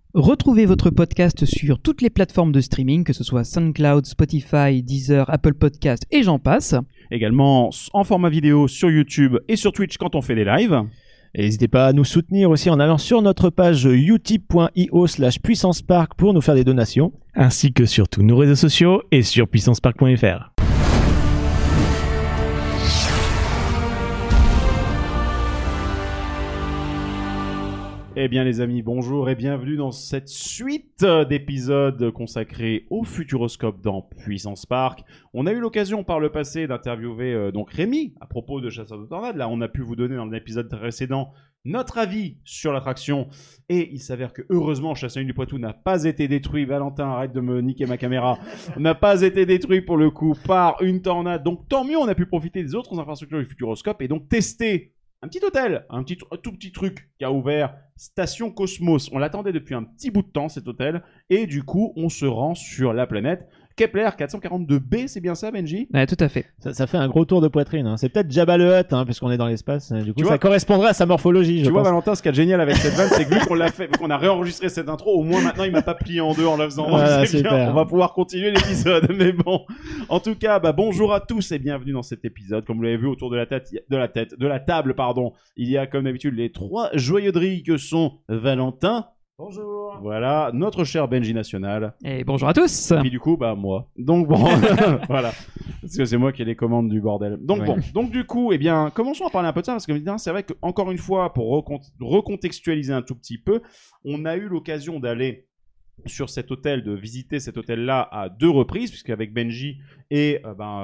Retrouvez votre podcast sur toutes les plateformes de streaming, que ce soit SoundCloud, Spotify, Deezer, Apple Podcasts et j'en passe. Également en format vidéo sur YouTube et sur Twitch quand on fait des lives. Et n'hésitez pas à nous soutenir aussi en allant sur notre page utip.io/puissancepark pour nous faire des donations. Ainsi que sur tous nos réseaux sociaux et sur puissancepark.fr. Eh bien les amis, bonjour et bienvenue dans cette suite d'épisodes consacrés au Futuroscope dans Puissance Park. On a eu l'occasion par le passé d'interviewer donc Rémi à propos de Chasseurs de Tornades. Là, on a pu vous donner dans l'épisode précédent notre avis sur l'attraction et il s'avère que heureusement Chassagne du Poitou n'a pas été détruit. Valentin, arrête de me niquer ma caméra. N'a pas été détruit pour le coup par une tornade. Donc tant mieux, on a pu profiter des autres infrastructures du Futuroscope et donc tester un petit hôtel, un tout petit truc qui a ouvert, Station Cosmos. On l'attendait depuis un petit bout de temps, cet hôtel. Et du coup, on se rend sur la planète Kepler 442b, c'est bien ça, Benji ? Ouais, tout à fait. Ça fait un gros tour de poitrine. Hein. C'est peut-être Jabba le Hutt, puisqu'on est dans l'espace. Du coup, ça correspondrait à sa morphologie, Tu vois, Valentin, ce qui est génial avec cette vanne, c'est que vu qu'on l'a fait, vu qu'on a réenregistré cette intro, au moins maintenant, il m'a pas plié en deux en la faisant. Voilà, c'est bien, on va pouvoir continuer l'épisode. Mais bon, en tout cas, bonjour à tous et bienvenue dans cet épisode. Comme vous l'avez vu, autour de la table, il y a comme d'habitude les trois joyeuderies que sont Valentin. Bonjour. Voilà, notre cher Benji National. Et bonjour à tous. Et puis du coup, moi. Donc bon, voilà. Parce que c'est moi qui ai les commandes du bordel. Donc bon, donc du coup, commençons à parler un peu de ça, parce que c'est vrai qu'encore une fois, pour recontextualiser un tout petit peu, on a eu l'occasion d'aller sur cet hôtel, de visiter cet hôtel-là à 2 reprises, puisqu'avec Benji et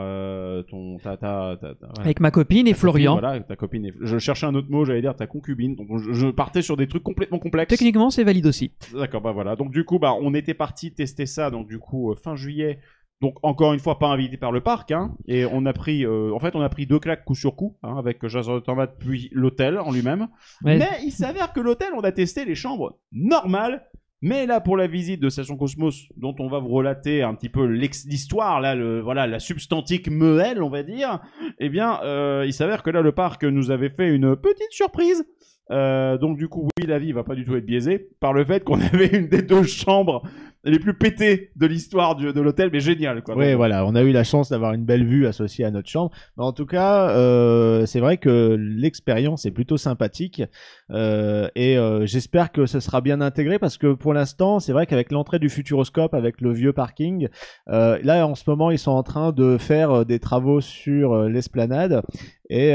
avec ma copine et Florian. Voilà, ta copine. Je cherchais un autre mot, j'allais dire ta concubine. Donc je partais sur des trucs complètement complexes. Techniquement, c'est valide aussi. D'accord, voilà. Donc du coup, on était parti tester ça. Donc du coup, fin juillet. Donc encore une fois, pas invité par le parc, et on a pris, on a pris 2 claques coup sur coup, avec Chasseurs de Tornades puis l'hôtel en lui-même. Ouais. Mais il s'avère que l'hôtel, on a testé les chambres normales. Mais là, pour la visite de Station Cosmos, dont on va vous relater un petit peu l'histoire, là, la substantique meule, on va dire, il s'avère que là, le parc nous avait fait une petite surprise. Donc du coup, oui, la vie va pas du tout être biaisée par le fait qu'on avait une des 2 chambres les plus pétées de l'histoire de l'hôtel, mais génial, quoi. Oui, voilà, on a eu la chance d'avoir une belle vue associée à notre chambre. Mais en tout cas, c'est vrai que l'expérience est plutôt sympathique et j'espère que ce sera bien intégré parce que pour l'instant, c'est vrai qu'avec l'entrée du Futuroscope, avec le vieux parking, là en ce moment, ils sont en train de faire des travaux sur l'esplanade. Et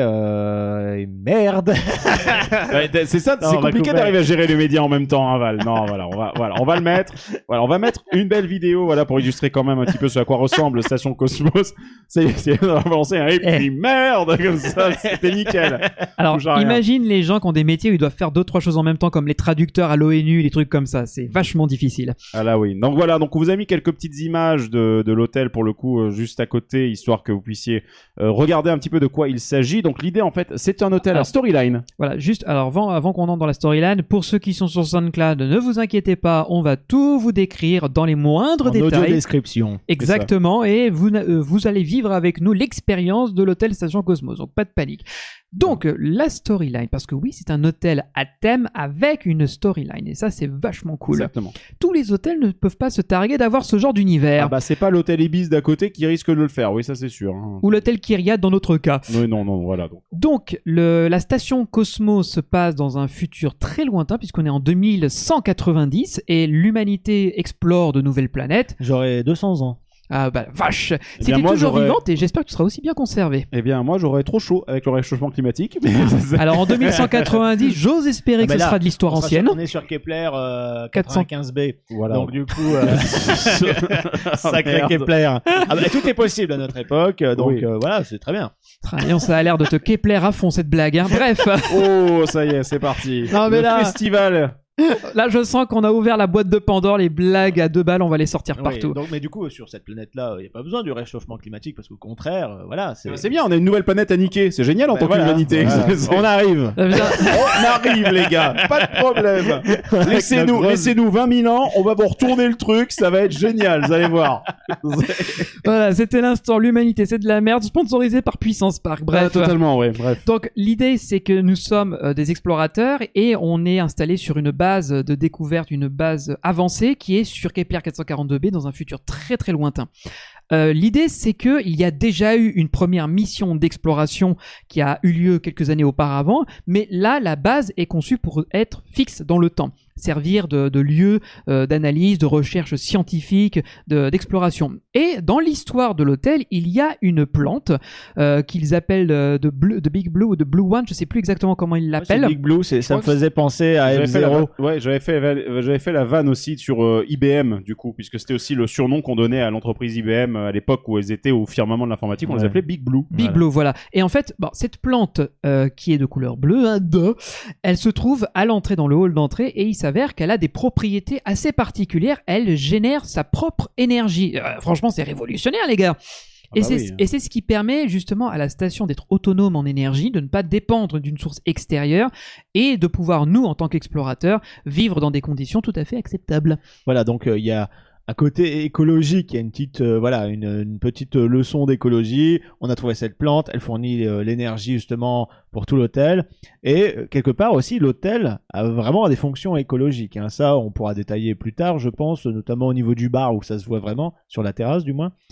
merde. C'est ça, c'est compliqué d'arriver à gérer les médias en même temps, Val. Non, voilà, on va le mettre. Voilà, on va mettre une belle vidéo, pour illustrer quand même un petit peu ce à quoi ressemble Station Cosmos. On va balancer un et puis merde, comme ça, c'était nickel. Alors, imagine les gens qui ont des métiers où ils doivent faire 2-3 choses en même temps, comme les traducteurs à l'ONU, les trucs comme ça. C'est vachement difficile. Ah là oui. Donc voilà, donc on vous a mis quelques petites images de l'hôtel pour le coup, juste à côté, histoire que vous puissiez regarder un petit peu de quoi il s'agit. Donc l'idée en fait, c'est un hôtel à storyline. Voilà, juste avant qu'on entre dans la storyline, pour ceux qui sont sur SoundCloud, ne vous inquiétez pas, on va tout vous décrire dans les moindres détails. Audio description. Exactement, et vous allez vivre avec nous l'expérience de l'hôtel Station Cosmos. Donc pas de panique. Donc la storyline, parce que oui, c'est un hôtel à thème avec une storyline, et ça c'est vachement cool. Exactement. Tous les hôtels ne peuvent pas se targuer d'avoir ce genre d'univers. C'est pas l'hôtel Ibis d'à côté qui risque de le faire, oui, ça c'est sûr. Ou l'hôtel Kyriade dans notre cas. Oui, non, voilà. Donc la station Cosmos se passe dans un futur très lointain, puisqu'on est en 2190, et l'humanité explore de nouvelles planètes. J'aurai 200 ans. Ah vache, si t'es toujours vivante, et j'espère que tu seras aussi bien conservé. Moi j'aurais trop chaud avec le réchauffement climatique. Mais... Alors en 2190, j'ose espérer que ce sera de l'histoire ancienne. On est sur Kepler 415b. Voilà. Donc du coup, sacré Kepler. Tout est possible à notre époque, donc voilà, c'est très bien. Ça a l'air de te Kepler à fond cette blague. Bref. Oh, ça y est, c'est parti. Non, mais le festival. Là, je sens qu'on a ouvert la boîte de Pandore, les blagues à 2 balles, on va les sortir partout. Donc, mais du coup, sur cette planète-là, il n'y a pas besoin du réchauffement climatique parce qu'au contraire, voilà. C'est bien, on a une nouvelle planète à niquer, c'est génial en tant qu'humanité. Voilà. On arrive. On arrive, les gars, pas de problème. Laissez-nous 20 000 ans, on va vous retourner le truc, ça va être génial, vous allez voir. Voilà, c'était l'instant, l'humanité, c'est de la merde, sponsorisé par Puissance Park. Bref. Totalement, bref. Donc, l'idée, c'est que nous sommes des explorateurs et on est installé sur une base base de découverte, une base avancée qui est sur Kepler 442b dans un futur très très lointain. L'idée, c'est que il y a déjà eu une première mission d'exploration qui a eu lieu quelques années auparavant, mais là, la base est conçue pour être fixe dans le temps, servir de lieu d'analyse, de recherche scientifique, d'exploration. Et dans l'histoire de l'hôtel, il y a une plante qu'ils appellent de Big Blue ou de Blue One, je sais plus exactement comment ils l'appellent. Big Blue, ça me faisait penser à F0. J'avais fait la vanne aussi sur IBM, du coup, puisque c'était aussi le surnom qu'on donnait à l'entreprise IBM à l'époque où elles étaient au firmament de l'informatique, on les appelait Big Blue. Big Blue, voilà. Et en fait, cette plante qui est de couleur bleue, elle se trouve à l'entrée dans le hall d'entrée et il s'avère qu'elle a des propriétés assez particulières. Elle génère sa propre énergie. Franchement, c'est révolutionnaire, les gars. Et c'est ce qui permet justement à la station d'être autonome en énergie, de ne pas dépendre d'une source extérieure et de pouvoir, nous, en tant qu'explorateurs, vivre dans des conditions tout à fait acceptables. Voilà, donc il y a un côté écologique, il y a une petite une petite leçon d'écologie. On a trouvé cette plante, elle fournit l'énergie justement pour tout l'hôtel, et quelque part aussi l'hôtel a vraiment des fonctions écologiques, hein. Ça on pourra détailler plus tard, je pense, notamment au niveau du bar où ça se voit vraiment, sur la terrasse du moins.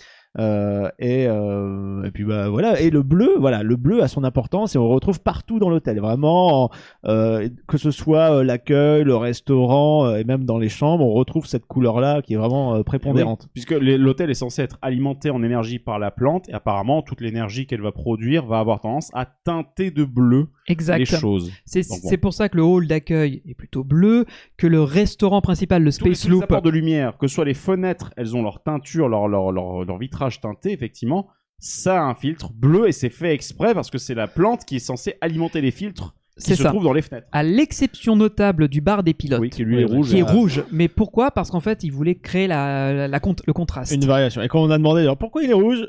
Et puis voilà, et le bleu a son importance et on le retrouve partout dans l'hôtel, vraiment, que ce soit l'accueil, le restaurant, et même dans les chambres, on retrouve cette couleur là qui est vraiment prépondérante. Oui, puisque l'hôtel est censé être alimenté en énergie par la plante, et apparemment toute l'énergie qu'elle va produire va avoir tendance à teinter de bleu les choses. C'est pour ça que le hall d'accueil est plutôt bleu, que le restaurant principal, le Space Loop, les apports de lumière, que ce soit les fenêtres, elles ont leur teinture, leur vitrage teinté, effectivement, ça a un filtre bleu et c'est fait exprès parce que c'est la plante qui est censée alimenter les filtres qui se trouvent dans les fenêtres. À l'exception notable du bar des pilotes, qui lui est rouge. Qui est rouge. Mais pourquoi ? Parce qu'en fait, il voulait créer le contraste. Une variation. Et quand on a demandé alors, pourquoi il est rouge,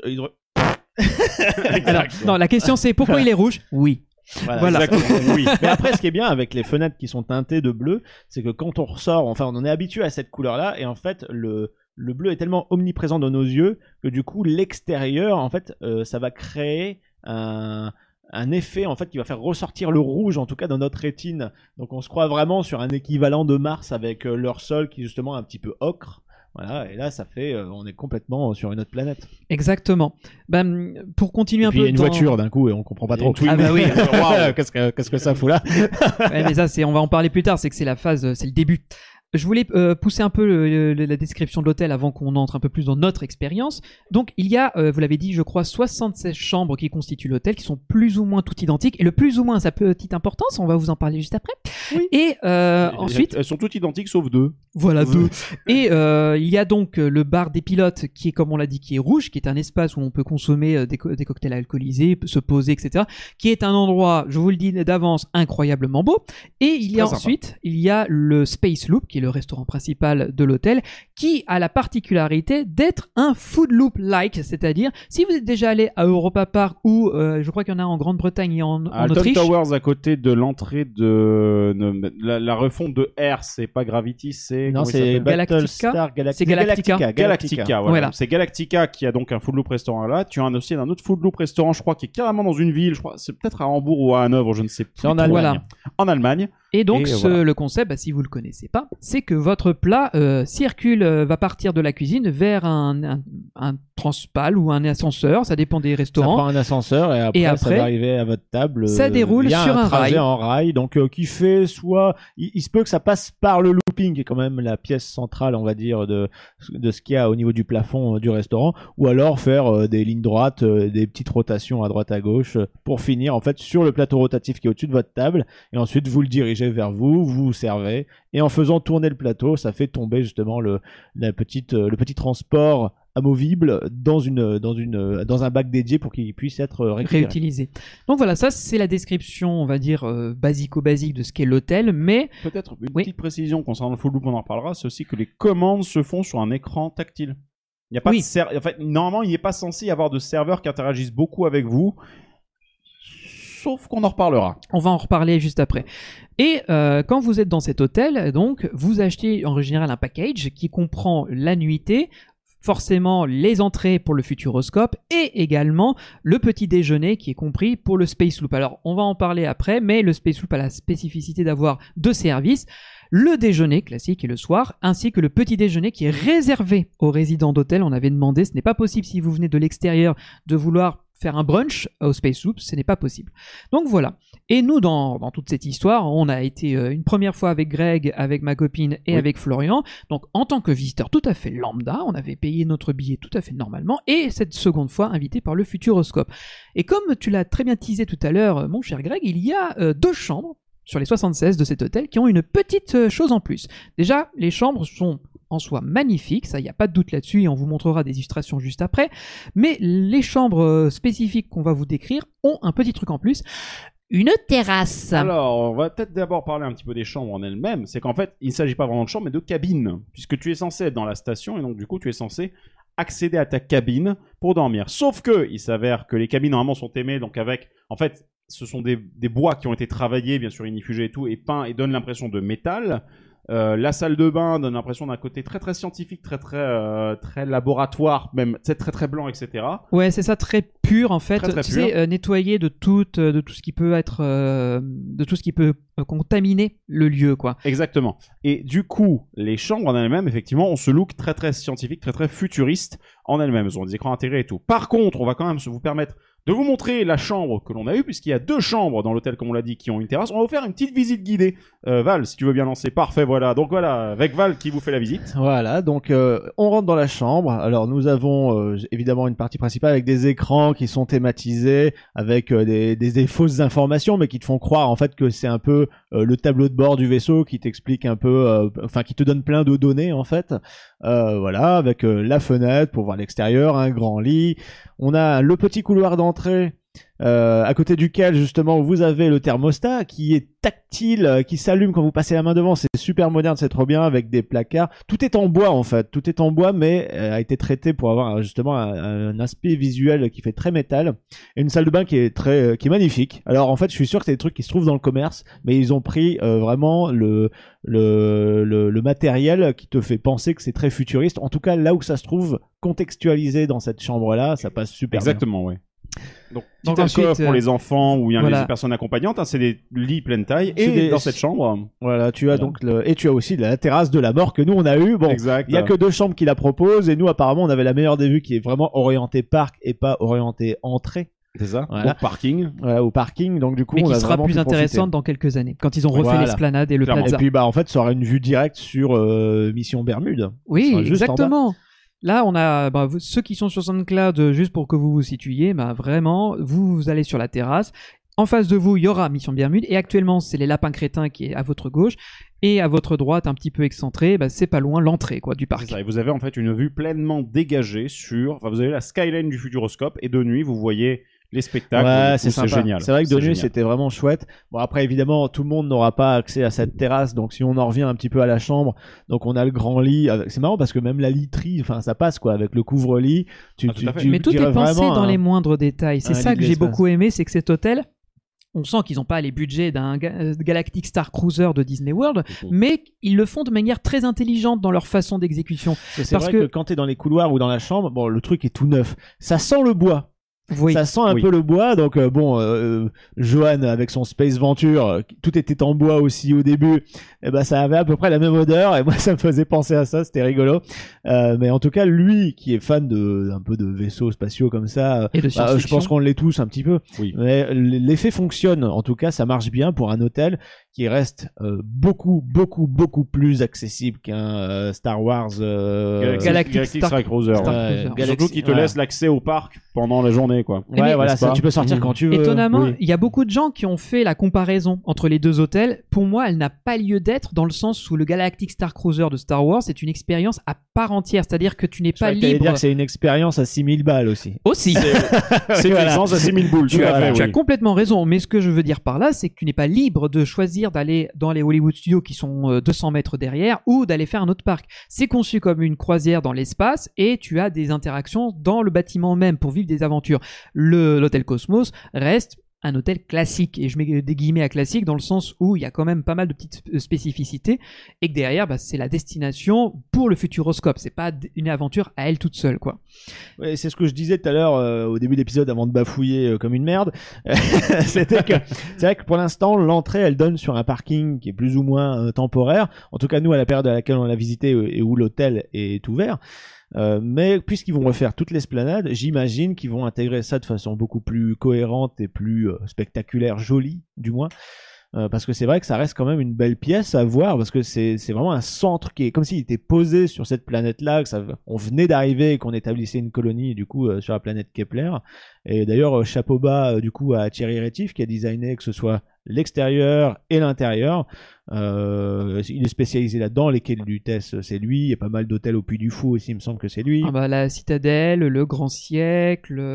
alors, non, la question c'est pourquoi il est rouge ? Oui. Voilà. Oui. Mais après, ce qui est bien avec les fenêtres qui sont teintées de bleu, c'est que quand on ressort, enfin, on en est habitué à cette couleur-là, et en fait, le bleu est tellement omniprésent dans nos yeux que du coup, l'extérieur, en fait, ça va créer un effet en fait qui va faire ressortir le rouge, en tout cas dans notre rétine. Donc, on se croit vraiment sur un équivalent de Mars avec leur sol qui est justement un petit peu ocre. Voilà, et là, ça fait, on est complètement sur une autre planète. Exactement. Pour continuer et un puis, peu. Il y a une voiture d'un coup et on comprend pas trop. Ah bah oui. Wow, qu'est-ce que ça fout là? Ouais, mais ça, on va en parler plus tard. C'est que c'est la phase, c'est le début. Je voulais pousser un peu la description de l'hôtel avant qu'on entre un peu plus dans notre expérience. Donc, il y a, vous l'avez dit, je crois, 76 chambres qui constituent l'hôtel, qui sont plus ou moins toutes identiques. Et le plus ou moins, ça a petite importance, on va vous en parler juste après. Oui. Et ensuite... Elles sont toutes identiques sauf deux. Voilà, deux. Et il y a donc le bar des pilotes, qui est, comme on l'a dit, qui est rouge, qui est un espace où on peut consommer des cocktails alcoolisés, se poser, etc. Qui est un endroit, je vous le dis d'avance, incroyablement beau. Et il y a ensuite, il y a le Space Loop, qui est le restaurant principal de l'hôtel, qui a la particularité d'être un food loop-like, c'est-à-dire si vous êtes déjà allé à Europa Park ou je crois qu'il y en a en Grande-Bretagne et en Autriche. Alton Towers à côté de l'entrée de la refonte de R, c'est pas Gravity, c'est Galactica. C'est Galactica. Voilà. C'est Galactica qui a donc un food loop restaurant là. Tu as aussi un autre food loop restaurant, je crois, qui est carrément dans une ville. Je crois, c'est peut-être à Hambourg ou à Hanovre, je ne sais plus. C'est en Allemagne. Voilà. En Allemagne. Et donc, le concept, si vous le connaissez pas, c'est que votre plat va partir de la cuisine vers un transpal ou un ascenseur, ça dépend des restaurants. Ça prend un ascenseur et après ça va arriver à votre table. Ça déroule sur un trajet rail. en rail, donc qui fait soit... Il se peut que ça passe par le looping, qui est quand même la pièce centrale, on va dire, de ce qu'il y a au niveau du plafond du restaurant, ou alors faire des lignes droites, des petites rotations à droite à gauche, pour finir en fait sur le plateau rotatif qui est au-dessus de votre table, et ensuite vous le dirigez vers vous, vous servez, et en faisant tourner le plateau, ça fait tomber justement le petit transport amovible dans un bac dédié pour qu'il puisse être réutilisé. Donc voilà, ça c'est la description, on va dire basico-basique de ce qu'est l'hôtel, mais peut-être une petite précision concernant le food loop, on en reparlera, c'est aussi que les commandes se font sur un écran tactile. Il y a pas en fait, normalement, il n'est pas censé y avoir de serveurs qui interagissent beaucoup avec vous. Sauf qu'on en reparlera. On va en reparler juste après. Et quand vous êtes dans cet hôtel, donc, vous achetez en général un package qui comprend la nuitée, forcément les entrées pour le Futuroscope et également le petit déjeuner qui est compris pour le Space Loop. Alors, on va en parler après, mais le Space Loop a la spécificité d'avoir deux services. le déjeuner classique et le soir, ainsi que le petit déjeuner qui est réservé aux résidents d'hôtel. On avait demandé, ce n'est pas possible si vous venez de l'extérieur de vouloir faire un brunch au Space Loop, ce n'est pas possible. Donc voilà. Et nous, dans toute cette histoire, on a été une première fois avec Greg, avec ma copine et avec Florian. Donc en tant que visiteur tout à fait lambda, on avait payé notre billet tout à fait normalement, et cette seconde fois invité par le Futuroscope. Et comme tu l'as très bien teasé tout à l'heure, mon cher Greg, il y a 2 chambres sur les 76 de cet hôtel qui ont une petite chose en plus. Déjà, les chambres sont en soi magnifiques, ça, il n'y a pas de doute là-dessus, et on vous montrera des illustrations juste après. Mais les chambres spécifiques qu'on va vous décrire ont un petit truc en plus. Une terrasse. Alors, on va peut-être d'abord parler un petit peu des chambres en elles-mêmes. C'est qu'en fait, il ne s'agit pas vraiment de chambres, mais de cabines. Puisque tu es censé être dans la station, et donc du coup, tu es censé accéder à ta cabine pour dormir. Sauf que, il s'avère que les cabines, normalement, sont aimées, donc avec... En fait, ce sont des bois qui ont été travaillés, bien sûr, inifugés et tout, et peints, et donnent l'impression de métal. La salle de bain donne l'impression d'un côté très très scientifique, très laboratoire, même très très blanc, etc. Ouais, c'est ça, très pur en fait. Très, très tu pur. sais, nettoyé de tout ce qui peut être, de tout ce qui peut contaminer le lieu, quoi. Exactement. Et du coup, les chambres en elles-mêmes, effectivement, ont ce look très très scientifique, très très futuriste en elles-mêmes. Elles ont des écrans intégrés et tout. Par contre, on va quand même vous permettre de vous montrer la chambre que l'on a eue, puisqu'il y a 2 chambres dans l'hôtel, comme on l'a dit, qui ont une terrasse. On va vous faire une petite visite guidée. Val, si tu veux bien lancer. Parfait, voilà. Donc voilà, avec Val qui vous fait la visite. Voilà, donc on rentre dans la chambre. Alors nous avons évidemment une partie principale avec des écrans qui sont thématisés, avec des fausses informations, mais qui te font croire en fait que c'est un peu le tableau de bord du vaisseau qui t'explique un peu, enfin qui te donne plein de données en fait. Voilà, avec la fenêtre pour voir l'extérieur, un grand lit. On a le petit couloir d'entrée à côté duquel justement vous avez le thermostat qui est tactile, qui s'allume quand vous passez la main devant. C'est super moderne, c'est trop bien, avec des placards. Tout est en bois en fait, tout est en bois, mais a été traité pour avoir justement un aspect visuel qui fait très métal. Et une salle de bain qui est magnifique. Alors en fait, je suis sûr que c'est des trucs qui se trouvent dans le commerce, mais ils ont pris vraiment le matériel qui te fait penser que c'est très futuriste. En tout cas, là où ça se trouve contextualisé dans cette chambre-là, ça passe super bien. Exactement, oui. Donc Donc petite alcôve ensuite, pour les enfants ou bien voilà. les personnes accompagnantes, hein, c'est des lits pleine taille. C'est Et des- dans cette chambre, Voilà, tu as Voilà. donc et tu as aussi la terrasse de la mort que nous on a eu. Bon, exact. il y a que 2 chambres qui la proposent et nous apparemment on avait la meilleure des vues qui est vraiment orientée parc et pas orientée entrée. C'est ça. Voilà. Au parking. Au parking, donc du coup Mais on qui a sera vraiment plus pu profiter. intéressante dans quelques années, quand ils ont refait Voilà. l'esplanade et le Clairement. plaza. Et puis bah en fait ça aura une vue directe sur Mission Bermude. Oui, sera juste en bas. exactement. Là, on a ceux qui sont sur SoundCloud, juste pour que vous vous situiez, vraiment, vous allez sur la terrasse. En face de vous, il y aura Mission Bermude. Et actuellement, c'est les Lapins Crétins qui est à votre gauche. Et à votre droite, un petit peu excentré, c'est pas loin l'entrée quoi du C'est parc. ça. Et vous avez en fait une vue pleinement dégagée sur. Enfin, vous avez la skyline du Futuroscope et de nuit, vous voyez les spectacles. Ouais, Du coup, c'est sympa. génial. C'est vrai que de nuit génial. c'était vraiment chouette. Bon après évidemment tout le monde n'aura pas accès à cette terrasse, donc si on en revient un petit peu à la chambre, donc on a le grand lit. C'est marrant parce que même la literie, enfin ça passe quoi avec le couvre-lit. Ah, tout à fait. Mais tout est dirais pensé vraiment dans un- les moindres détails. C'est un ça lit que de j'ai l'espace. beaucoup aimé, c'est que cet hôtel, on sent qu'ils n'ont pas les budgets d'un Galactic Star Cruiser de Disney World, mais ils le font de manière très intelligente dans leur façon d'exécution. C'est parce vrai que- que quand t'es dans les couloirs ou dans la chambre, bon le truc est tout neuf. Ça sent le bois. Oui. Ça sent un Oui. peu le bois, donc Johan avec son Space Venture, tout était en bois aussi au début, et ça avait à peu près la même odeur, et moi ça me faisait penser à ça, c'était rigolo. Mais en tout cas, lui qui est fan un peu de vaisseaux spatiaux comme ça, Et de je science-fiction. pense qu'on l'est tous un petit peu. Oui. Mais l'effet fonctionne, en tout cas ça marche bien pour un hôtel qui reste beaucoup plus accessible qu'un Star Wars Galactic Star Cruiser. Star ouais. Cruiser. Galaxy- Surtout qui te voilà. laisse l'accès au parc pendant la journée, quoi. Ouais, Mais- voilà, n'est-ce ça, pas tu peux sortir quand tu veux. Étonnamment, Oui. il y a beaucoup de gens qui ont fait la comparaison entre les 2 hôtels. Pour moi, elle n'a pas lieu d'être dans le sens où le Galactic Star Cruiser de Star Wars est une expérience à part entière, c'est-à-dire que tu n'es Je crois pas que t'allais libre. dire que c'est une expérience à 6000 balles aussi. Aussi. C'est une Voilà. licence à 6000 boules. Tu tout à as, fait, tu as oui. complètement raison, mais ce que je veux dire par là, c'est que tu n'es pas libre de choisir d'aller dans les Hollywood Studios qui sont 200 mètres derrière ou d'aller faire un autre parc. C'est conçu comme une croisière dans l'espace et tu as des interactions dans le bâtiment même pour vivre des aventures. L'hôtel Cosmos reste un hôtel classique. Et je mets des guillemets à classique dans le sens où il y a quand même pas mal de petites spécificités et que derrière, c'est la destination pour le Futuroscope. C'est pas une aventure à elle toute seule, quoi. Ouais, c'est ce que je disais tout à l'heure au début de l'épisode avant de bafouiller comme une merde. C'était que c'est vrai que pour l'instant, l'entrée, elle donne sur un parking qui est plus ou moins temporaire. En tout cas, nous, à la période à laquelle on l'a visité et où l'hôtel est ouvert. Mais puisqu'ils vont refaire toute l'esplanade, j'imagine qu'ils vont intégrer ça de façon beaucoup plus cohérente et plus spectaculaire, jolie du moins. Parce que c'est vrai que ça reste quand même une belle pièce à voir, parce que c'est vraiment un centre qui est comme s'il était posé sur cette planète-là, on venait d'arriver et qu'on établissait une colonie du coup sur la planète Kepler. Et d'ailleurs chapeau bas du coup à Thierry Rétif qui a designé que ce soit l'extérieur et l'intérieur. Il est spécialisé là-dedans. Les quais de Lutèce, c'est lui. Il y a pas mal d'hôtels au Puy du Fou aussi, il me semble que c'est lui. La Citadelle, le Grand Siècle.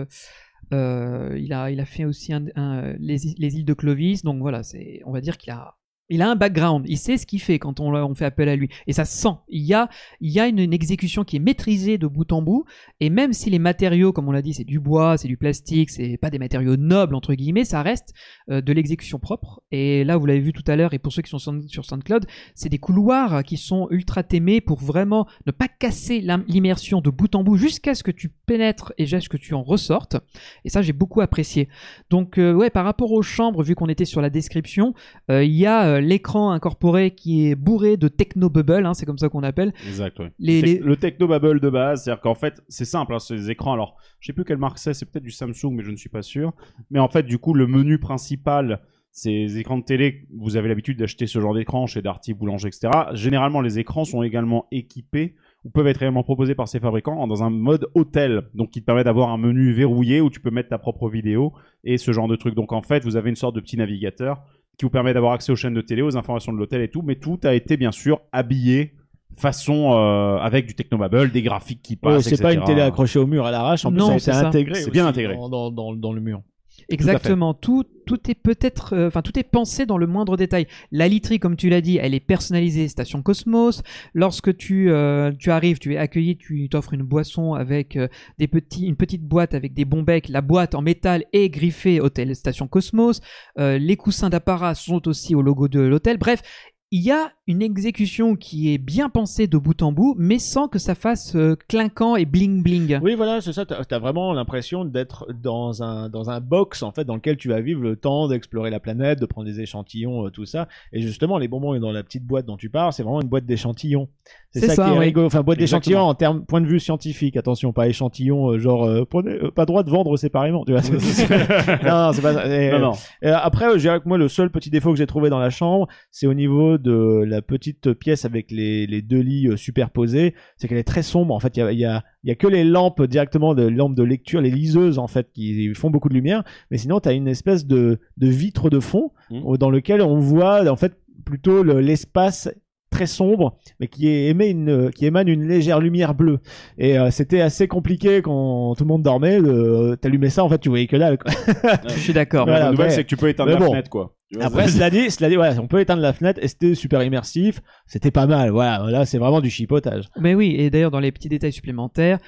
Il a fait aussi les îles de Clovis. Donc voilà, on va dire qu'il a un background, il sait ce qu'il fait quand on fait appel à lui, et ça se sent. Il y a une exécution qui est maîtrisée de bout en bout, et même si les matériaux, comme on l'a dit, c'est du bois, c'est du plastique, c'est pas des matériaux nobles entre guillemets, ça reste de l'exécution propre. Et là, vous l'avez vu tout à l'heure, et pour ceux qui sont sur SoundCloud, c'est des couloirs qui sont ultra témés pour vraiment ne pas casser l'immersion de bout en bout jusqu'à ce que tu pénètres et jusqu'à ce que tu en ressortes. Et ça, j'ai beaucoup apprécié. Donc par rapport aux chambres, vu qu'on était sur la description, il y a l'écran incorporé qui est bourré de technobubble, c'est comme ça qu'on appelle. Exact, oui. Le technobubble de base, c'est-à-dire qu'en fait, c'est simple, c'est des écrans, alors, je sais plus quelle marque c'est peut-être du Samsung, mais je ne suis pas sûr. Mais en fait, du coup, le menu principal, ces écrans de télé, vous avez l'habitude d'acheter ce genre d'écran chez Darty, Boulanger, etc. Généralement, les écrans sont également équipés ou peuvent être réellement proposés par ces fabricants dans un mode hôtel, donc qui te permet d'avoir un menu verrouillé où tu peux mettre ta propre vidéo et ce genre de truc. Donc en fait, vous avez une sorte de petit navigateur qui vous permet d'avoir accès aux chaînes de télé, aux informations de l'hôtel et tout, mais tout a été bien sûr habillé façon avec du technobubble, des graphiques qui passent, c'est etc. pas une télé accrochée au mur à l'arrache, en plus Non, ça a été intégré. C'est bien intégré dans le mur. Exactement, tout est peut-être, tout est pensé dans le moindre détail. La literie, comme tu l'as dit, elle est personnalisée Station Cosmos. Lorsque tu arrives, tu es accueilli, tu t'offres une boisson avec une petite boîte avec des bons becs. La boîte en métal est griffée Hôtel Station Cosmos. Les coussins d'apparat sont aussi au logo de l'hôtel. Bref, il y a une exécution qui est bien pensée de bout en bout, mais sans que ça fasse clinquant et bling bling. Oui, voilà, c'est ça. T'as vraiment l'impression d'être dans un box en fait dans lequel tu vas vivre le temps d'explorer la planète, de prendre des échantillons, tout ça. Et justement, les bonbons dans la petite boîte dont tu parles, c'est vraiment une boîte d'échantillons. C'est ça qui est rigolo. Enfin, boîte d'échantillons en termes point de vue scientifique. Attention, pas échantillons prenez pas droit de vendre séparément. Tu vois. Non, c'est pas ça. Non. Et après, je dirais que moi, le seul petit défaut que j'ai trouvé dans la chambre, c'est au niveau de la petite pièce avec les deux lits superposés, c'est qu'elle est très sombre. En fait, il y a que les lampes directement, les lampes de lecture, les liseuses en fait, qui font beaucoup de lumière. Mais sinon, tu as une espèce de vitre de fond dans lequel on voit en fait plutôt l'espace très sombre, mais qui émane une légère lumière bleue. Et c'était assez compliqué quand tout le monde dormait. T'allumais ça, en fait, tu voyais que dalle. Je suis d'accord. Voilà, la nouvelle, c'est que tu peux éteindre la fenêtre, quoi. Après, cela dit, ouais, on peut éteindre la fenêtre et c'était super immersif. C'était pas mal. Voilà, là, c'est vraiment du chipotage. Mais oui, et d'ailleurs, dans les petits détails supplémentaires,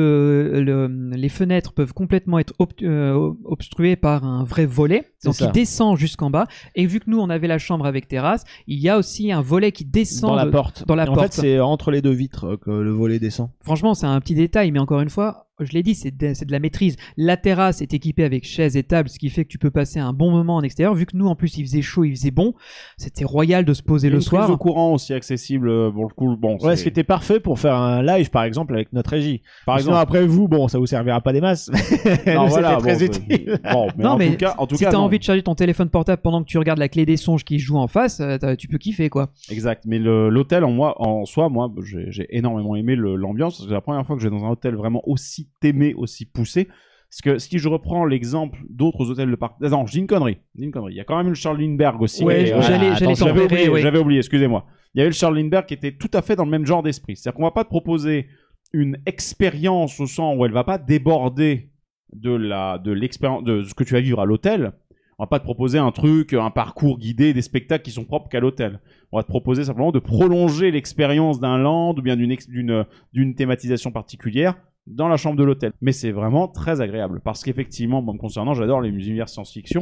les fenêtres peuvent complètement être obstruées par un vrai volet, donc qui descend jusqu'en bas. Et vu que nous, on avait la chambre avec terrasse, il y a aussi un volet qui descend dans la porte. En fait, c'est entre les deux vitres que le volet descend. Franchement, c'est un petit détail, mais encore une fois, je l'ai dit, c'est de la maîtrise. La terrasse est équipée avec chaises et tables, ce qui fait que tu peux passer un bon moment en extérieur. Vu que nous, en plus, il faisait chaud, il faisait bon, c'était royal de se poser le soir. Au courant aussi accessible pour le coup. Bon, ouais, ce qui était parfait pour faire un live, par exemple, avec notre régie. Par exemple, après vous, bon, ça vous servira pas des masses. Non, voilà, c'était très utile. Bon, mais non, mais en tout si cas, t'as envie de charger ton téléphone portable pendant que tu regardes la clé des songes qui joue en face, tu peux kiffer, quoi. Exact. Mais l'hôtel en soi, moi, j'ai énormément aimé l'ambiance. C'est la première fois que je vais dans un hôtel vraiment aussi témé, aussi poussé. Parce que si je reprends l'exemple d'autres hôtels de parc... Non, je dis une connerie. Il y a quand même le Charles Lindbergh aussi. Ouais, j'avais oublié, excusez-moi. Il y avait le Charles Lindbergh qui était tout à fait dans le même genre d'esprit. C'est-à-dire qu'on va pas te proposer une expérience au sens où elle va pas déborder de l'expérience, de ce que tu vas vivre à l'hôtel. On va pas te proposer un parcours guidé, des spectacles qui sont propres qu'à l'hôtel. On va te proposer simplement de prolonger l'expérience d'un land ou bien d'une thématisation particulière dans la chambre de l'hôtel. Mais c'est vraiment très agréable parce qu'effectivement, moi me concernant, j'adore les univers science-fiction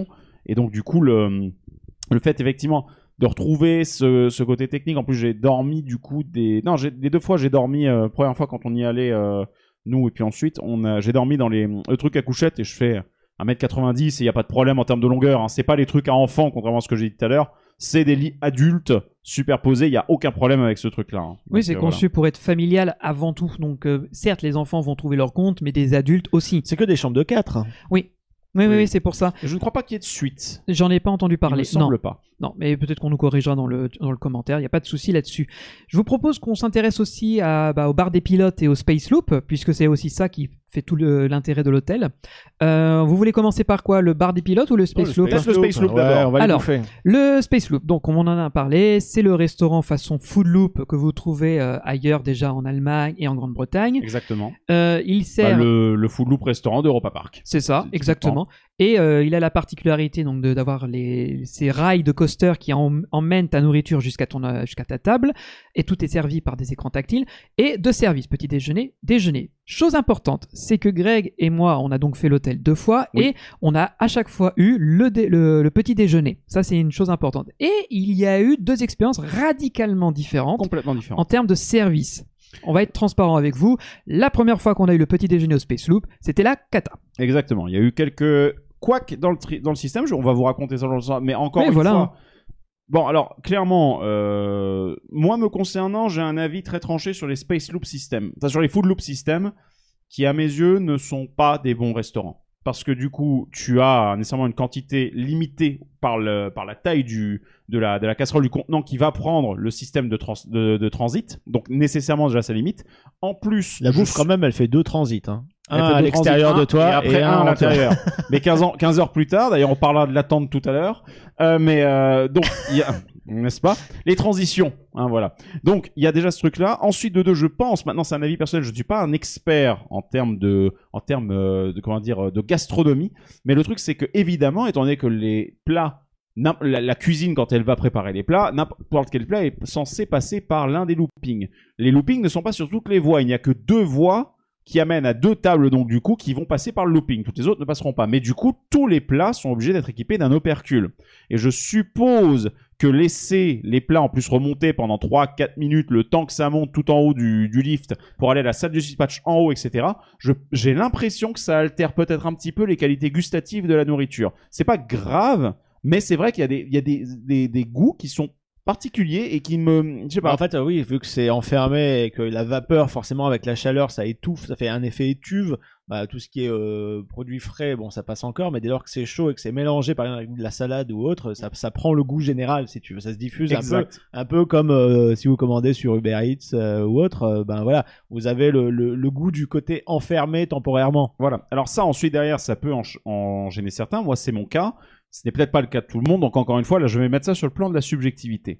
Et donc du coup le fait effectivement de retrouver ce côté technique. En plus j'ai dormi du coup les 2 fois j'ai dormi, première fois quand on y allait nous, et puis ensuite j'ai dormi dans le truc à couchette, et je fais 1m90 et il n'y a pas de problème en termes de longueur, hein. C'est pas les trucs à enfants, contrairement à ce que j'ai dit tout à l'heure, c'est des lits adultes superposés, il n'y a aucun problème avec ce truc là, hein. Oui, Donc, c'est conçu pour être familial avant tout, donc certes les enfants vont trouver leur compte, mais des adultes aussi. C'est que des chambres de 4. Oui, c'est pour ça. je ne crois pas qu'il y ait de suite. J'en ai pas entendu Il parler. me semble Non. pas. Non, mais peut-être qu'on nous corrigera dans le commentaire, il n'y a pas de souci là-dessus. Je vous propose qu'on s'intéresse aussi au bar des pilotes et au Space Loop, puisque c'est aussi ça qui fait tout l'intérêt de l'hôtel. Vous voulez commencer par quoi, le bar des pilotes ou le Space Loop? Le Space Loop d'abord. On va Alors, les bouffer. Le Space Loop, donc on en a parlé, c'est le restaurant façon Food Loop que vous trouvez ailleurs déjà en Allemagne et en Grande-Bretagne. Exactement. Il sert... Le Food Loop restaurant d'Europa Park. C'est ça, C'est exactement. Et il a la particularité donc d'avoir ces rails de coaster qui emmènent ta nourriture jusqu'à ta table, et tout est servi par des écrans tactiles, et de service, petit déjeuner, déjeuner. Chose importante, c'est que Greg et moi, on a donc fait l'hôtel 2 fois, Oui. et on a à chaque fois eu le petit déjeuner. Ça, c'est une chose importante. Et il y a eu 2 expériences radicalement différentes Complètement différent. en termes de service. On va être transparent avec vous. La première fois qu'on a eu le petit déjeuner au Space Loop, c'était la cata. Exactement. Il y a eu quelques couacs dans le système. On va vous raconter ça, mais encore une voilà. fois. Bon, alors, clairement, moi, me concernant, j'ai un avis très tranché sur les Space Loop Systems. Enfin, sur les Food Loop Systems, qui, à mes yeux, ne sont pas des bons restaurants. Parce que, du coup, tu as nécessairement une quantité limitée par la taille de la casserole du contenant qui va prendre le système de transit. Donc, nécessairement, déjà, ça limite. En plus... La bouffe, quand même, elle fait 2 transits. Hein. Elle Un fait à 2 l'extérieur transits, de toi et après un à en l'intérieur. Mais 15 heures plus tard, d'ailleurs on parlera de l'attente tout à l'heure, donc il y a, n'est-ce pas, les transitions, hein, voilà. Donc il y a déjà ce truc-là. Ensuite de 2, je pense, maintenant c'est un avis personnel, je ne suis pas un expert en termes de comment dire, de gastronomie, mais le truc c'est que évidemment, étant donné que les plats, la cuisine, quand elle va préparer les plats, n'importe quel plat est censé passer par l'un des loopings. Les loopings ne sont pas sur toutes les voies, il n'y a que 2 voies qui amènent à 2 tables, donc du coup, qui vont passer par le looping. Toutes les autres ne passeront pas. Mais du coup, tous les plats sont obligés d'être équipés d'un opercule. Et je suppose que laisser les plats en plus remonter pendant 3-4 minutes, le temps que ça monte tout en haut du lift, pour aller à la salle de dispatch en haut, etc., j'ai l'impression que ça altère peut-être un petit peu les qualités gustatives de la nourriture. C'est pas grave, mais c'est vrai qu'il y a des goûts qui sont particulier et qui me... Je sais pas. En fait, oui, vu que c'est enfermé et que la vapeur, forcément, avec la chaleur, ça étouffe, ça fait un effet étuve. Bah, tout ce qui est produit frais, bon, ça passe encore, mais dès lors que c'est chaud et que c'est mélangé par exemple avec de la salade ou autre, ça prend le goût général, si tu veux. Ça se diffuse un peu comme si vous commandez sur Uber Eats ou autre. Ben voilà, vous avez le goût du côté enfermé temporairement. Voilà. Alors ça, ensuite, derrière, ça peut en gêner certains. Moi, c'est mon cas. Ce n'est peut-être pas le cas de tout le monde. Donc, encore une fois, là, je vais mettre ça sur le plan de la subjectivité.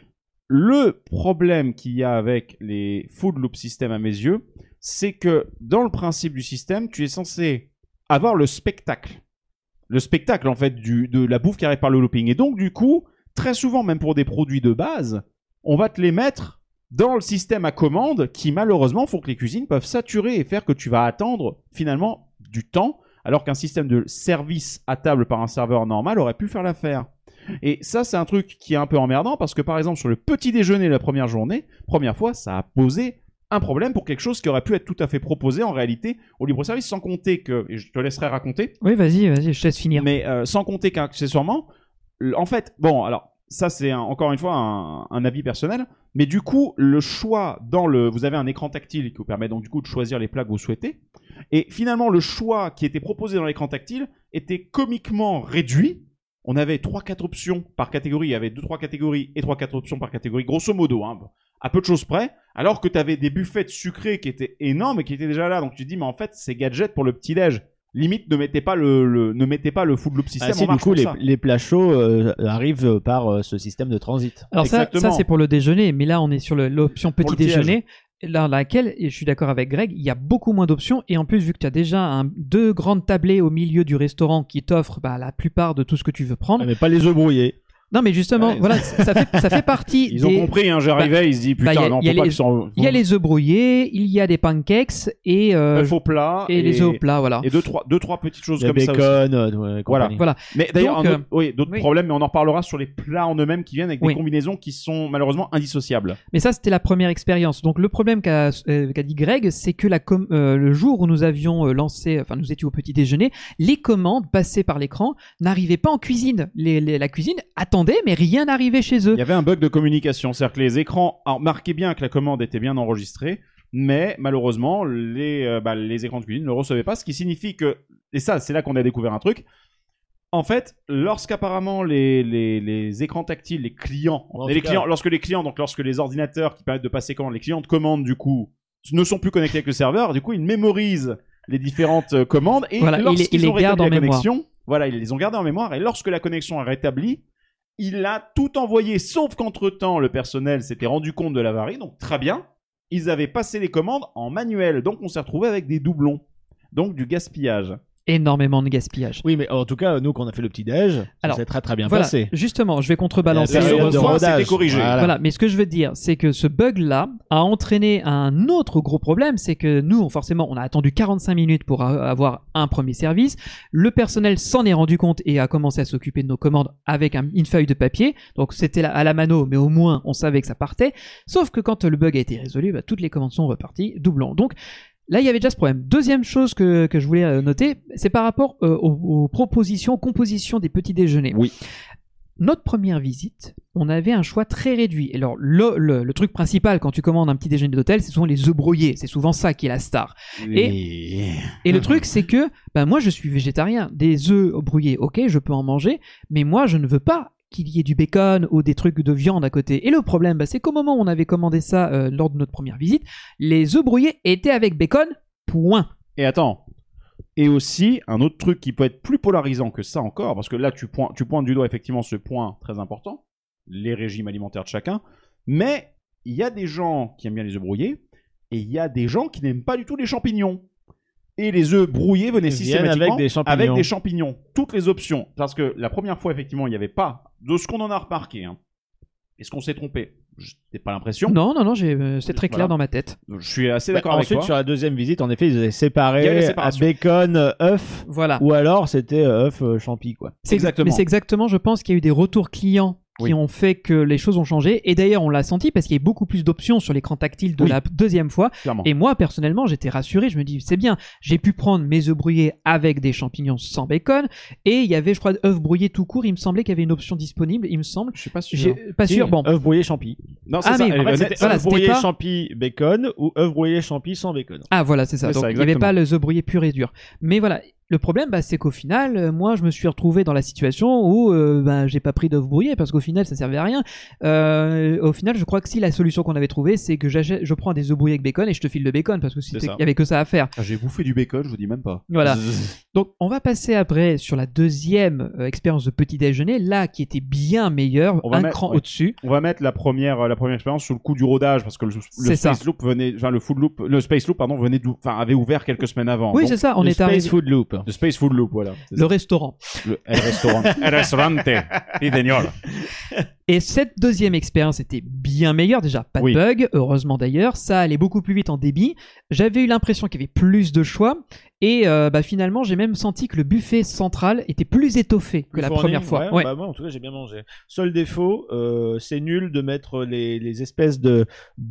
Le problème qu'il y a avec les Food Loop Systems à mes yeux, c'est que dans le principe du système, tu es censé avoir le spectacle. Le spectacle, en fait, de la bouffe qui arrive par le looping. Et donc, du coup, très souvent, même pour des produits de base, on va te les mettre dans le système à commande qui, malheureusement, font que les cuisines peuvent saturer et faire que tu vas attendre, finalement, du temps, alors qu'un système de service à table par un serveur normal aurait pu faire l'affaire. Et ça, c'est un truc qui est un peu emmerdant parce que, par exemple, sur le petit déjeuner la première fois, ça a posé un problème pour quelque chose qui aurait pu être tout à fait proposé en réalité au libre-service, sans compter que, et je te laisserai raconter. Oui, vas-y, je te laisse finir. Mais sans compter qu'accessoirement, en fait, bon, alors, ça c'est encore une fois un avis personnel, mais du coup, le choix vous avez un écran tactile qui vous permet donc du coup de choisir les plats que vous souhaitez, et finalement, le choix qui était proposé dans l'écran tactile était comiquement réduit. On avait 3-4 options par catégorie, il y avait 2-3 catégories et 3-4 options par catégorie, grosso modo, hein, à peu de choses près, alors que tu avais des buffets de sucrés qui étaient énormes et qui étaient déjà là. Donc tu te dis, mais en fait, c'est gadget pour le petit-déj. Limite, ne mettez pas le Food Loop System en marche. Du coup, ça. les plats chauds arrivent par ce système de transit. Alors ça c'est pour le déjeuner, mais là on est sur l'option petit déjeuner. Dans laquelle, et je suis d'accord avec Greg, il y a beaucoup moins d'options, et en plus vu que tu as déjà 2 grandes tablées au milieu du restaurant qui t'offrent la plupart de tout ce que tu veux prendre. Mais pas les œufs brouillés. Non, mais justement, Ouais, voilà, ça fait partie Ils ont compris, hein, j'arrivais, ils se disent putain, non, on peut pas qu'ils sont. Il y a les œufs brouillés, il y a des pancakes et Faux plats et les œufs au plat, voilà. et deux trois petites choses Le comme ça aussi. bacon, compagnie. Voilà. Mais d'ailleurs, Donc, d'autres oui. problèmes, mais on en reparlera sur les plats en eux-mêmes qui viennent avec des Oui. combinaisons qui sont malheureusement indissociables. Mais ça, c'était la première expérience. Donc, le problème qu'a dit Greg, c'est que le jour où nous avions nous étions au petit déjeuner, les commandes passées par l'écran n'arrivaient pas en cuisine. La cuisine attendait, mais rien n'arrivait chez eux. Il y avait un bug de communication, c'est-à-dire que les écrans marquaient bien que la commande était bien enregistrée, mais malheureusement, les écrans de cuisine ne le recevaient pas, ce qui signifie que, et ça, c'est là qu'on a découvert un truc, en fait, lorsqu'apparemment les écrans tactiles, les clients, lorsque les ordinateurs qui permettent de passer commande, les clients de commande, du coup, ne sont plus connectés avec le serveur, du coup, ils mémorisent les différentes commandes, et Voilà, lorsqu'ils ont les gardent rétabli en la mémoire. connexion, voilà, ils les ont gardés en mémoire, et lorsque la connexion est rétablie, il a tout envoyé, sauf qu'entre-temps, le personnel s'était rendu compte de l'avarie, donc très bien, ils avaient passé les commandes en manuel, donc on s'est retrouvé avec des doublons, donc du gaspillage. Énormément de gaspillage. Oui, mais en tout cas, nous, qu'on a fait le petit-déj, ça Alors, s'est très bien Voilà, passé. justement, je vais contrebalancer. La période de Heureusement, rodage. c'était corrigé. Voilà, mais ce que je veux dire, c'est que ce bug-là a entraîné un autre gros problème, c'est que nous, forcément, on a attendu 45 minutes pour avoir un premier service. Le personnel s'en est rendu compte et a commencé à s'occuper de nos commandes avec une feuille de papier. Donc c'était à la mano, mais au moins on savait que ça partait. Sauf que quand le bug a été résolu, toutes les commandes sont reparties doublons. Donc là, il y avait déjà ce problème. Deuxième chose que je voulais noter, c'est par rapport aux compositions des petits déjeuners. Oui. Notre première visite, on avait un choix très réduit. Et alors, le truc principal quand tu commandes un petit déjeuner d'hôtel, c'est souvent les œufs brouillés. C'est souvent ça qui est la star. Et le truc, c'est que moi, je suis végétarien. Des œufs brouillés, ok, je peux en manger, mais moi, je ne veux pas qu'il y ait du bacon ou des trucs de viande à côté. Et le problème, c'est qu'au moment où on avait commandé ça lors de notre première visite, les œufs brouillés étaient avec bacon, point. Et attends. Et aussi, un autre truc qui peut être plus polarisant que ça encore, parce que là, tu pointes du doigt effectivement ce point très important, les régimes alimentaires de chacun, mais il y a des gens qui aiment bien les œufs brouillés, et il y a des gens qui n'aiment pas du tout les champignons. Et les œufs brouillés venaient systématiquement avec des champignons. Toutes les options. Parce que la première fois, effectivement, il n'y avait pas, de ce qu'on en a remarqué, hein. Est-ce qu'on s'est trompé? Je n'ai pas l'impression. Non, c'est très clair dans ma tête. Je suis assez d'accord avec ensuite, toi. sur la deuxième visite, en effet, ils avaient Il y avait séparé la à séparation. bacon, œuf, Voilà. ou alors c'était œuf, champi, quoi. Exactement. Mais c'est exactement, je pense qu'il y a eu des retours clients qui Oui. ont fait que les choses ont changé. Et d'ailleurs, on l'a senti parce qu'il y a beaucoup plus d'options sur l'écran tactile de Oui. la deuxième fois. Clairement. Et moi, personnellement, j'étais rassuré. Je me dis, c'est bien. J'ai pu prendre mes œufs brouillés avec des champignons sans bacon. Et il y avait, je crois, œufs brouillés tout court. Il me semblait qu'il y avait une option disponible. Il me semble. Je suis pas sûr. Pas sûr. Bon. œuf brouillé champi. Non, c'est Ah, ça. mais en fait, Honnête- voilà, œuf brouillé c'était pas- champi bacon ou œuf brouillé champi sans bacon. Ah, voilà, c'est ça. C'est Donc, ça, il n'y avait exactement. pas les œufs brouillés pur et dur. Mais voilà. Le problème, c'est qu'au final, moi, je me suis retrouvé dans la situation où j'ai pas pris d'œufs brouillés parce qu'au final, ça servait à rien. Au final, je crois que si la solution qu'on avait trouvée, c'est que je prends des œufs brouillés avec bacon et je te file le bacon parce que C'est il ça. y avait que ça à faire. Ah, j'ai bouffé du bacon, je vous dis même pas. Voilà. Donc, on va passer après sur la deuxième expérience de petit déjeuner, là, qui était bien meilleure, On va un mettre- cran ouais. au-dessus. On va mettre la première expérience sous le coup du rodage parce que le C'est ça. Space Loop venait, enfin le Space Loop pardon avait ouvert quelques semaines avant. Oui, Donc, c'est ça. On Le est Space arrivé. Food Loop. le Space Food Loop, voilà. C'est Le ça. restaurant. El restaurant. El restaurante. Pideñol. Et cette deuxième expérience était bien meilleure, déjà pas de Oui. bug, heureusement d'ailleurs, ça allait beaucoup plus vite en débit, j'avais eu l'impression qu'il y avait plus de choix, et finalement j'ai même senti que le buffet central était plus étoffé que Plus la fourni, première fois. ouais, Ouais. Bah moi, en tout cas, j'ai bien mangé. Seul défaut, c'est nul de mettre les espèces de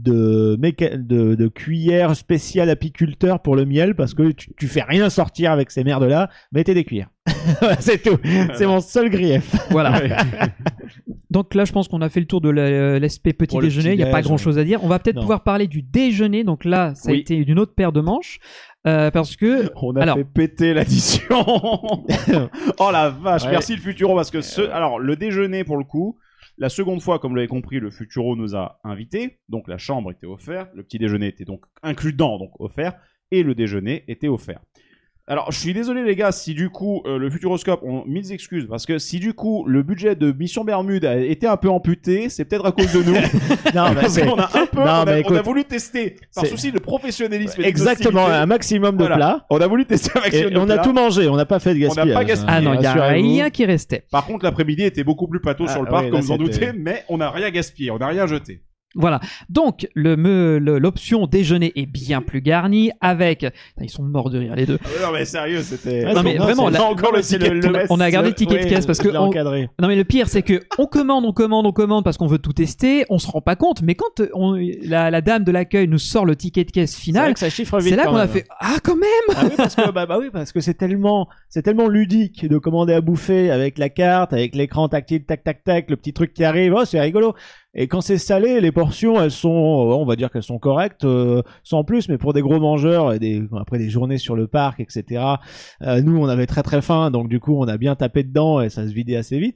cuillères spéciales apiculteurs pour le miel parce que tu fais rien sortir avec ces merdes-là. Mettez des cuillères. C'est tout. C'est mon seul grief. Voilà. Donc là je pense qu'on a fait le tour de l'aspect petit Pour le déjeuner, il n'y a pas petit-déj, grand chose à dire. On va peut-être Non. pouvoir parler du déjeuner, donc là ça a Oui. été d'une autre paire de manches, parce que... On a Alors. fait péter l'addition. Oh la vache, Ouais. merci le Futuro parce que alors le déjeuner pour le coup, la seconde fois comme vous l'avez compris, le Futuro nous a invités, donc la chambre était offerte, le petit déjeuner était donc inclus dedans, donc offert, et le déjeuner était offert. Alors, je suis désolé les gars, si du coup le Futuroscope, on mille excuses, parce que si du coup le budget de Mission Bermude a été un peu amputé, c'est peut-être à cause de nous. Non, Parce qu'on a un peu, on écoute, a voulu tester par c'est- souci de professionnalisme. et exactement, d'exhaustivité. un maximum de Voilà. plats. On a voulu tester un maximum Et de on a plats. tout mangé, on n'a pas fait de On n'a gaspillage. pas gaspillé. Ah non, il y a rassurez-vous. rien qui restait. Par contre, l'après-midi était beaucoup plus pâteau Ah, sur le parc, oui, comme là, vous en c'était- doutez, mais on n'a rien gaspillé, on n'a rien jeté. Voilà. Donc, l'option déjeuner est bien plus garnie avec... Putain, ils sont morts de rire, les deux. Ah, non mais sérieux, c'était. Ouais, Non, mais vraiment, on là- a encore le c'est ticket de caisse. on a gardé le ticket de caisse parce que... je l'ai encadré. Non mais le pire c'est que on commande parce qu'on veut tout tester, on se rend pas compte, mais quand la dame de l'accueil nous sort le ticket de caisse C'est final, vrai que ça chiffre vite. c'est là quand qu'on a même. fait ah quand même. Ah oui, parce que oui, parce que c'est tellement ludique de commander à bouffer avec la carte, avec l'écran tactile, tac tac tac, le petit truc qui arrive, oh c'est rigolo. Et quand c'est salé, les portions elles sont, on va dire qu'elles sont correctes, sans plus, mais pour des gros mangeurs et après des journées sur le parc, etc. Nous on avait très très faim, donc du coup on a bien tapé dedans et ça se vidait assez vite.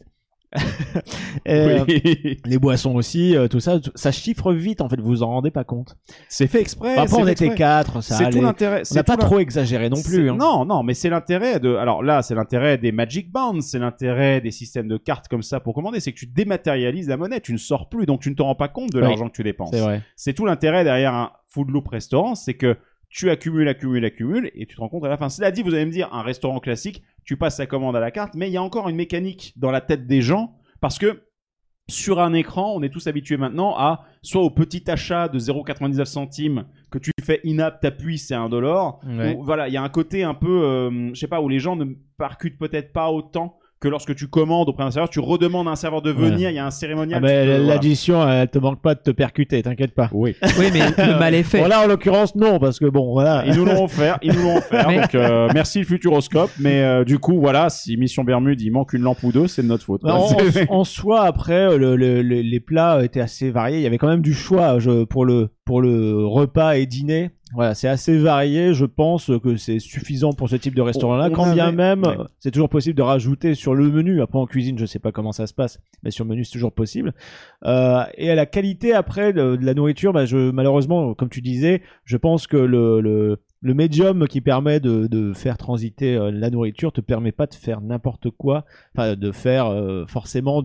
Et, Oui. les boissons aussi, tout ça, ça chiffre vite en fait, vous vous en rendez pas compte. C'est fait exprès. Après c'est on fait était exprès. 4, ça C'est allait. tout l'intérêt. On n'a pas trop exagéré non plus. Hein. Non, mais c'est l'intérêt de. Alors là, c'est l'intérêt des Magic Bands, c'est l'intérêt des systèmes de cartes comme ça pour commander, c'est que tu dématérialises la monnaie, tu ne sors plus, donc tu ne te rends pas compte de Oui. l'argent que tu dépenses. C'est vrai. C'est tout l'intérêt derrière un Food Loop restaurant, c'est que tu accumules, et tu te rends compte à la fin. Cela dit, vous allez me dire, un restaurant classique, tu passes sa commande à la carte, mais il y a encore une mécanique dans la tête des gens, parce que sur un écran, on est tous habitués maintenant à soit au petit achat de 0,99 centimes que tu fais in-app, t'appuies, c'est $1. Ouais. Ou, voilà, il y a un côté un peu, je sais pas, où les gens ne percutent peut-être pas autant que lorsque tu commandes auprès d'un serveur, tu redemandes à un serveur de venir, il y a un cérémonial. Ah tu ben, peux- voilà. l'addition, elle te manque pas de te percuter, t'inquiète pas. Oui. Oui mais le mal est fait. Bon là, en l'occurrence, non, parce que bon, voilà. Ils nous l'ont offert, Mais- donc merci le Futuroscope, mais du coup voilà, si Mission Bermude il manque une lampe ou deux, c'est de notre faute. Non, quoi. C'est- en soi, après, les plats étaient assez variés. Il y avait quand même du choix pour le repas et dîner. Voilà, c'est assez varié. Je pense que c'est suffisant pour ce type de restaurant-là. On Quand bien avait- même, ouais. c'est toujours possible de rajouter sur le menu. Après, en cuisine, je sais pas comment ça se passe, mais sur le menu, c'est toujours possible. Et à la qualité après de la nourriture, malheureusement, comme tu disais, je pense que le médium qui permet de faire transiter la nourriture te permet pas de faire n'importe quoi, enfin de faire forcément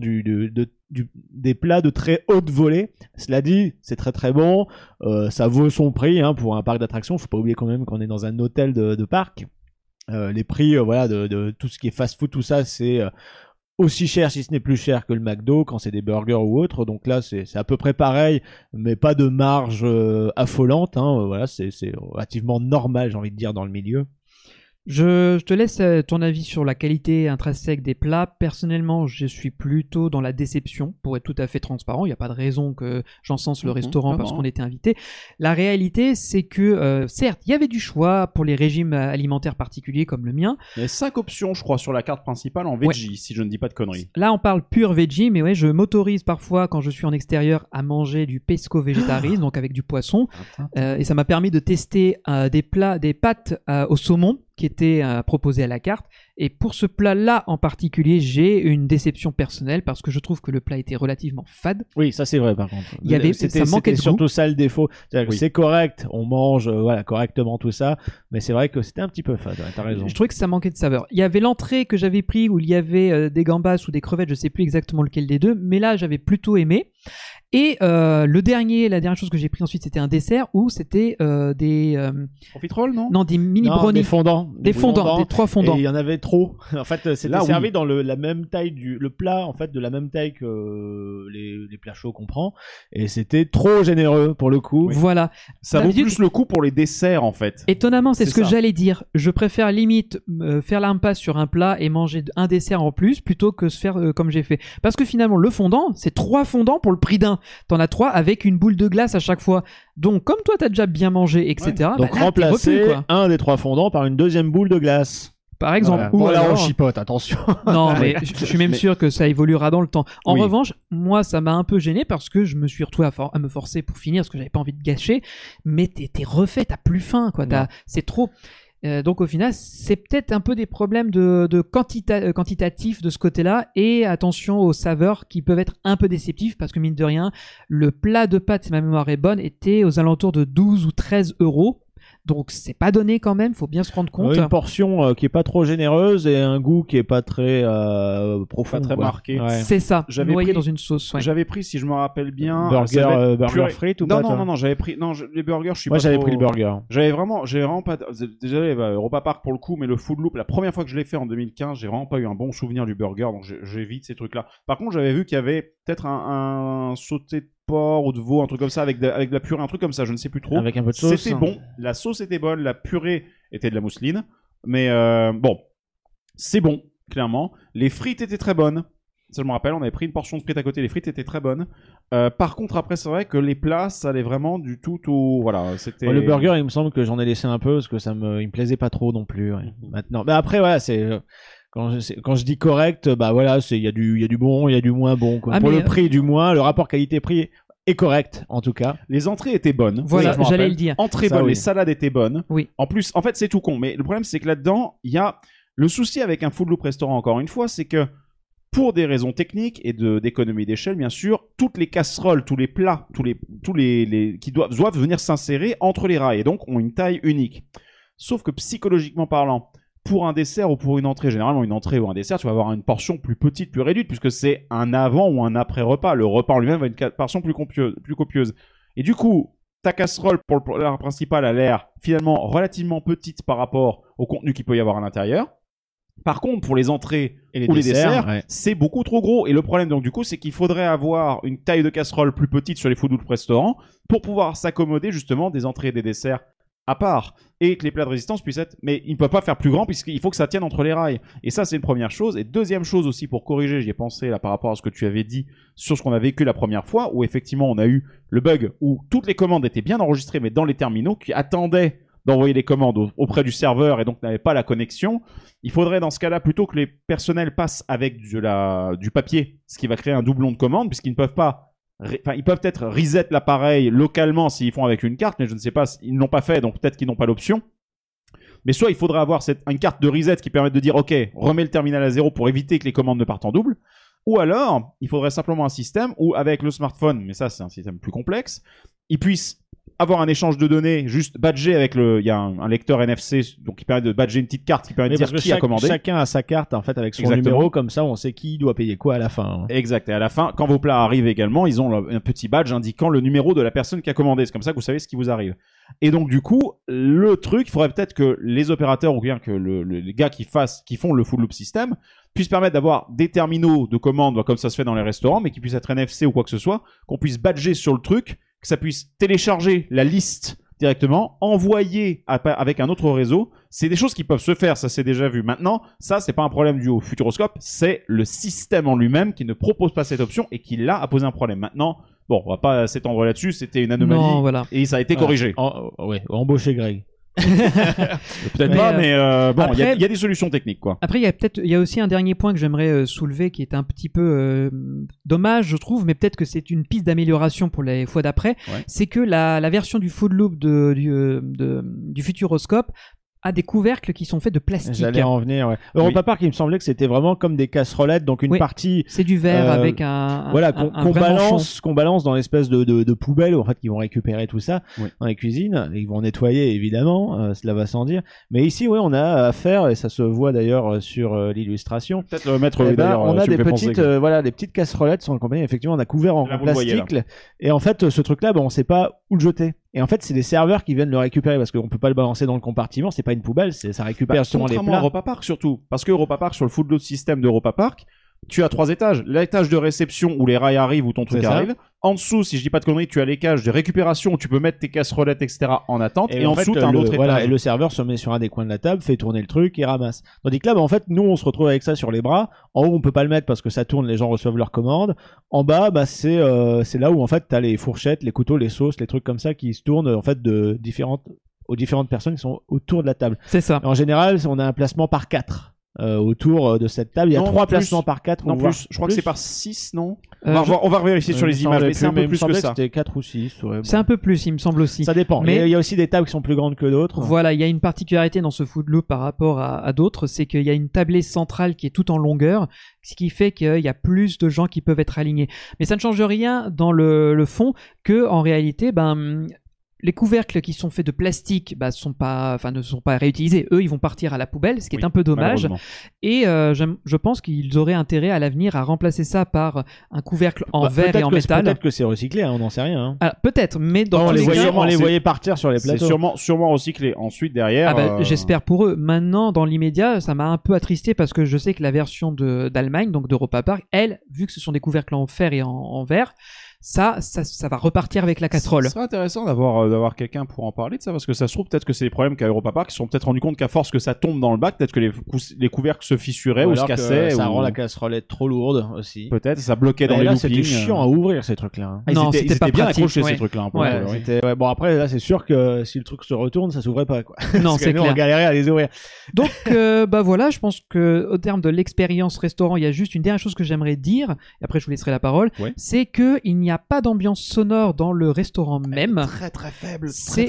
des plats de très haute volée. Cela dit, c'est très très bon, ça vaut son prix hein, pour un parc d'attractions. Faut pas oublier quand même qu'on est dans un hôtel de parc. Les prix voilà de tout ce qui est fast-food, tout ça, c'est aussi cher si ce n'est plus cher que le McDo quand c'est des burgers ou autre. Donc là c'est à peu près pareil, mais pas de marge affolante hein. Voilà, c'est relativement normal, j'ai envie de dire, dans le milieu. Je te laisse ton avis sur la qualité intrinsèque des plats. Personnellement, je suis plutôt dans la déception, pour être tout à fait transparent. Il n'y a pas de raison que j'encense le restaurant parce qu'on était invité. La réalité, c'est que, certes, il y avait du choix pour les régimes alimentaires particuliers comme le mien. Il y a 5 options, je crois, sur la carte principale en veggie, si je ne dis pas de conneries. Là, on parle pur veggie, mais ouais, je m'autorise parfois, quand je suis en extérieur, à manger du pesco végétarisme, donc avec du poisson. Et ça m'a permis de tester des pâtes au saumon qui étaient proposées à la carte. Et pour ce plat-là en particulier, j'ai une déception personnelle parce que je trouve que le plat était relativement fade. Oui, ça c'est vrai par contre. Il y avait- ça manquait de goût. surtout ça le défaut. C'est-à-dire que Oui. c'est correct, on mange voilà correctement tout ça, mais c'est vrai que c'était un petit peu fade. Ouais, t'as raison. Je trouvais que ça manquait de saveur. Il y avait l'entrée que j'avais pris où il y avait des gambas ou des crevettes, je sais plus exactement lequel des deux, mais là j'avais plutôt aimé. Et la dernière chose que j'ai pris ensuite, c'était un dessert où c'était des Profiterole, non? des mini Non, brownies, des fondants, des 3 fondants. Et il y en avait trop. En fait, c'était Là, oui. servi dans la même taille le plat en fait de la même taille que les plats chauds qu'on prend, et c'était trop généreux pour le coup. Voilà. Ça vaut D'habitude- plus le coup pour les desserts, en fait. Étonnamment, c'est C'est ce que ça. j'allais dire. Je préfère limite faire l'impasse sur un plat et manger un dessert en plus plutôt que se faire comme j'ai fait. Parce que finalement, le fondant, c'est 3 fondants pour le prix d'un. T'en as 3 avec une boule de glace à chaque fois. Donc, comme toi, t'as déjà bien mangé, etc. Donc là, t'es remplacer repu, quoi. un des 3 fondants par une deuxième boule de glace. Par exemple. Voilà. Ou Bon, là, on alors- chipote, attention. Non, mais je suis même sûr que ça évoluera dans le temps. En Oui. revanche, moi, ça m'a un peu gêné parce que je me suis retrouvé à me forcer pour finir parce que j'avais pas envie de gâcher. Mais t'es refait, t'as plus faim, quoi. C'est trop. Donc au final, c'est peut-être un peu des problèmes de quantitatif de ce côté-là, et attention aux saveurs qui peuvent être un peu déceptives parce que mine de rien, le plat de pâtes, si ma mémoire est bonne, était aux alentours de 12 ou 13 euros. Donc c'est pas donné quand même, faut bien se rendre compte. Une portion qui est pas trop généreuse et un goût qui est pas très profond, Pas très quoi. marqué. Ouais. C'est ça, J'avais noyé pris- dans une sauce. Ouais. J'avais pris, si je me rappelle bien, Burger purée- frites ou non, pas, non, toi non, non, j'avais pris, non, les burgers, je suis Moi, pas j'avais trop- pris le burger. J'avais vraiment pas. Désolé, Europa Park pour le coup, mais le Food Loop, la première fois que je l'ai fait en 2015, j'ai vraiment pas eu un bon souvenir du burger, donc j'évite ces trucs-là. Par contre, j'avais vu qu'il y avait peut-être un sauté de porc ou de veau, un truc comme ça, avec de la purée, un truc comme ça, je ne sais plus trop. Avec un peu de sauce. C'était bon, la sauce était bonne, la purée était de la mousseline, mais bon, c'est bon, clairement. Les frites étaient très bonnes. Ça, je me rappelle, on avait pris une portion de frites à côté, les frites étaient très bonnes. Par contre, après, c'est vrai que les plats, ça allait vraiment du tout au... Voilà, c'était... Ouais, le burger, il me semble que j'en ai laissé un peu parce que il me plaisait pas trop non plus. Ouais. Maintenant, mais après, voilà, c'est quand je dis correct, bah voilà, il y a du bon, il y a du moins bon. Quoi. Ah, Pour mais, le prix du moins, le rapport qualité-prix est correct en tout cas. Les entrées étaient bonnes. Voilà, Ça, je me j'allais rappelle. le dire. Entrées Ça, bonnes, oui. les salades étaient bonnes. Oui. En plus, en fait, c'est tout con. Mais le problème, c'est que là-dedans, il y a... Le souci avec un Food Loop restaurant, encore une fois, c'est que pour des raisons techniques et d'économie d'échelle, bien sûr, toutes les casseroles, tous les plats, tous les qui doivent venir s'insérer entre les rails et donc ont une taille unique. Sauf que psychologiquement parlant, pour un dessert ou pour une entrée, généralement une entrée ou un dessert, tu vas avoir une portion plus petite, plus réduite, puisque c'est un avant ou un après repas. Le repas en lui-même va être une portion plus copieuse. Et du coup, ta casserole pour le plat principal a l'air finalement relativement petite par rapport au contenu qu'il peut y avoir à l'intérieur. Par contre, pour les entrées Et ou les desserts, ouais. c'est beaucoup trop gros. Et le problème, donc, du coup, c'est qu'il faudrait avoir une taille de casserole plus petite sur les food loop restaurants pour pouvoir s'accommoder, justement, des entrées et des desserts à part. Et que les plats de résistance puissent être... Mais ils ne peuvent pas faire plus grand puisqu'il faut que ça tienne entre les rails. Et ça, c'est une première chose. Et deuxième chose aussi, pour corriger, j'y ai pensé, là, par rapport à ce que tu avais dit sur ce qu'on a vécu la première fois, où effectivement, on a eu le bug où toutes les commandes étaient bien enregistrées, mais dans les terminaux, qui attendaient d'envoyer les commandes auprès du serveur et donc n'avaient pas la connexion. Il faudrait dans ce cas-là plutôt que les personnels passent avec du papier, ce qui va créer un doublon de commande puisqu'ils ne peuvent pas, ils peuvent peut-être reset l'appareil localement s'ils font avec une carte, mais je ne sais pas, ils ne l'ont pas fait, donc peut-être qu'ils n'ont pas l'option. Mais soit il faudrait avoir une carte de reset qui permette de dire ok, remets le terminal à zéro pour éviter que les commandes ne partent en double. Ou alors, il faudrait simplement un système où avec le smartphone, mais ça c'est un système plus complexe, ils puissent avoir un échange de données juste badgé avec il y a un lecteur NFC donc qui permet de badger une petite carte qui permet de dire qui a commandé. Chacun a sa carte en fait avec son Exactement. numéro, comme ça on sait qui doit payer quoi à la fin. Exact. Et à la fin, quand vos plats arrivent également, ils ont un petit badge indiquant le numéro de la personne qui a commandé. C'est comme ça que vous savez ce qui vous arrive. Et donc du coup, le truc, il faudrait peut-être que les opérateurs ou bien que les gars qui font le full loop system puissent permettre d'avoir des terminaux de commande comme ça se fait dans les restaurants, mais qui puissent être NFC ou quoi que ce soit, qu'on puisse badger sur le truc, que ça puisse télécharger la liste directement, envoyer avec un autre réseau. C'est des choses qui peuvent se faire, ça c'est déjà vu. Maintenant, ça c'est pas un problème dû au Futuroscope, c'est le système en lui-même qui ne propose pas cette option et qui là a posé un problème. Maintenant, bon, on va pas s'étendre là-dessus, c'était une anomalie Non, voilà. et ça a été corrigé. Ouais, embaucher Greg. Peut-être Mais, pas, mais bon, il après- y a des solutions techniques quoi. Après, il y a aussi un dernier point que j'aimerais soulever qui est un petit peu dommage, je trouve, mais peut-être que c'est une piste d'amélioration pour les fois d'après. Ouais. C'est que la version du Food Loop du Futuroscope a des couvercles qui sont faits de plastique. J'allais en venir. Ouais. Europa Park, il me semblait que c'était vraiment comme des casserolettes, donc une Oui. partie C'est du verre Euh, avec un voilà un qu'on vrai manchon. balance dans l'espèce de poubelle en fait qu'ils vont récupérer tout ça Oui. dans les cuisines, ils vont nettoyer évidemment, cela va sans dire, mais ici ouais on a à faire, et ça se voit d'ailleurs sur l'illustration. Peut-être le mettre Eh ben, d'ailleurs. on a tu me des fais penser petites que- voilà, des petites casserolettes sont accompagnées, effectivement on a couvert en Là, vous le voyez, plastique, et en fait ce truc là on sait pas où le jeter, et en fait c'est les serveurs qui viennent le récupérer parce qu'on peut pas le balancer dans le compartiment, c'est pas une poubelle, ça récupère justement les contrairement à plats. Europa Park surtout, parce que Europa Park sur le food load system d'Europa Park, tu as 3 étages. L'étage de réception où les rails arrivent, où ton truc C'est ça. arrive. En dessous, si je dis pas de conneries, tu as les cages de récupération où tu peux mettre tes casserolettes, etc. en attente. Et en fait, dessous, t'as un autre voilà, étage. et le serveur se met sur un des coins de la table, fait tourner le truc et ramasse. Tandis que là, bah, en fait, nous, on se retrouve avec ça sur les bras. En haut, on peut pas le mettre parce que ça tourne, les gens reçoivent leurs commandes. En bas, bah, c'est là où en fait, t'as les fourchettes, les couteaux, les sauces, les trucs comme ça qui se tournent en fait aux différentes personnes qui sont autour de la table. C'est ça. En général, on a un placement par 4 autour de cette table. Il y a Non, 3 plus. placements par 4. Non plus, je crois que c'est par 6, non Euh, on va vérifier sur les images, mais c'est un peu plus que ça. C'était 4 ou 6. Ouais, bon. C'est un peu plus, il me semble aussi. Ça dépend. Mais- Mais il y a aussi des tables qui sont plus grandes que d'autres. Voilà, il y a une particularité dans ce Food Loop par rapport à d'autres, c'est qu'il y a une tablée centrale qui est tout en longueur, ce qui fait qu'il y a plus de gens qui peuvent être alignés. Mais ça ne change rien dans le fond que, en réalité, les couvercles qui sont faits de plastique ne sont pas réutilisés. Eux, ils vont partir à la poubelle, ce qui est un peu dommage. Et je pense qu'ils auraient intérêt à l'avenir à remplacer ça par un couvercle en verre et en métal. Peut-être que c'est recyclé, on n'en sait rien. Hein. Alors, peut-être, mais dans on les voyait partir sur les plateaux. C'est sûrement recyclé. Ensuite, derrière... J'espère pour eux. Maintenant, dans l'immédiat, ça m'a un peu attristé parce que je sais que la version d'Allemagne, donc d'Europa Park, elle, vu que ce sont des couvercles en fer et en verre, ça va repartir avec la casserole. Ce serait intéressant d'avoir quelqu'un pour en parler de ça, parce que ça se trouve peut-être que c'est des problèmes qu'à Europa Park, ils se sont peut-être rendu compte qu'à force que ça tombe dans le bac, peut-être que les couvercles se fissuraient ou se cassaient. Ça rend la casserolette trop lourde aussi. Peut-être, ça bloquait dans les loopings. C'était chiant à ouvrir ces trucs-là. Non, c'était pas bien pratique, accrochés ces trucs-là. Bon, après là, c'est sûr que si le truc se retourne, ça s'ouvrait pas, quoi. Non, c'est clair. On galérait à les ouvrir. Donc, voilà, je pense que au terme de l'expérience restaurant, il y a juste une dernière chose que j'aimerais dire, et après je vous laisserai la parole, c'est que il n'y a pas d'ambiance sonore dans le restaurant même. Très faible.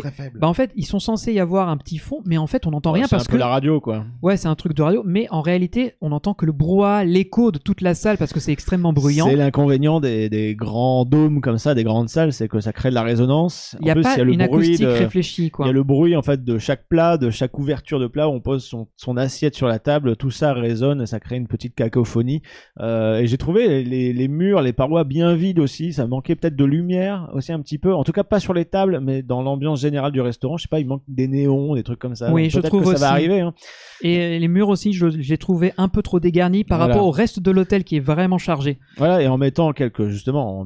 En fait, ils sont censés y avoir un petit fond, mais en fait, on n'entend rien parce que c'est un peu la radio, quoi. Ouais, c'est un truc de radio, mais en réalité, on n'entend que le brouhaha, l'écho de toute la salle parce que c'est extrêmement bruyant. C'est l'inconvénient des grands dômes comme ça, des grandes salles, c'est que ça crée de la résonance. Il n'y a pas une acoustique réfléchie, quoi. Il y a le bruit en fait de chaque plat, de chaque ouverture de plat où on pose son assiette sur la table, tout ça résonne, ça crée une petite cacophonie. Et j'ai trouvé les murs, les parois bien vides aussi, ça manquait peut-être de lumière aussi un petit peu, en tout cas pas sur les tables, mais dans l'ambiance générale du restaurant, je sais pas, il manque des néons, des trucs comme ça. Oui, je trouve que ça va arriver. Hein. Et les murs aussi, je les trouvé un peu trop dégarnis par rapport au reste de l'hôtel qui est vraiment chargé. Voilà, et en mettant justement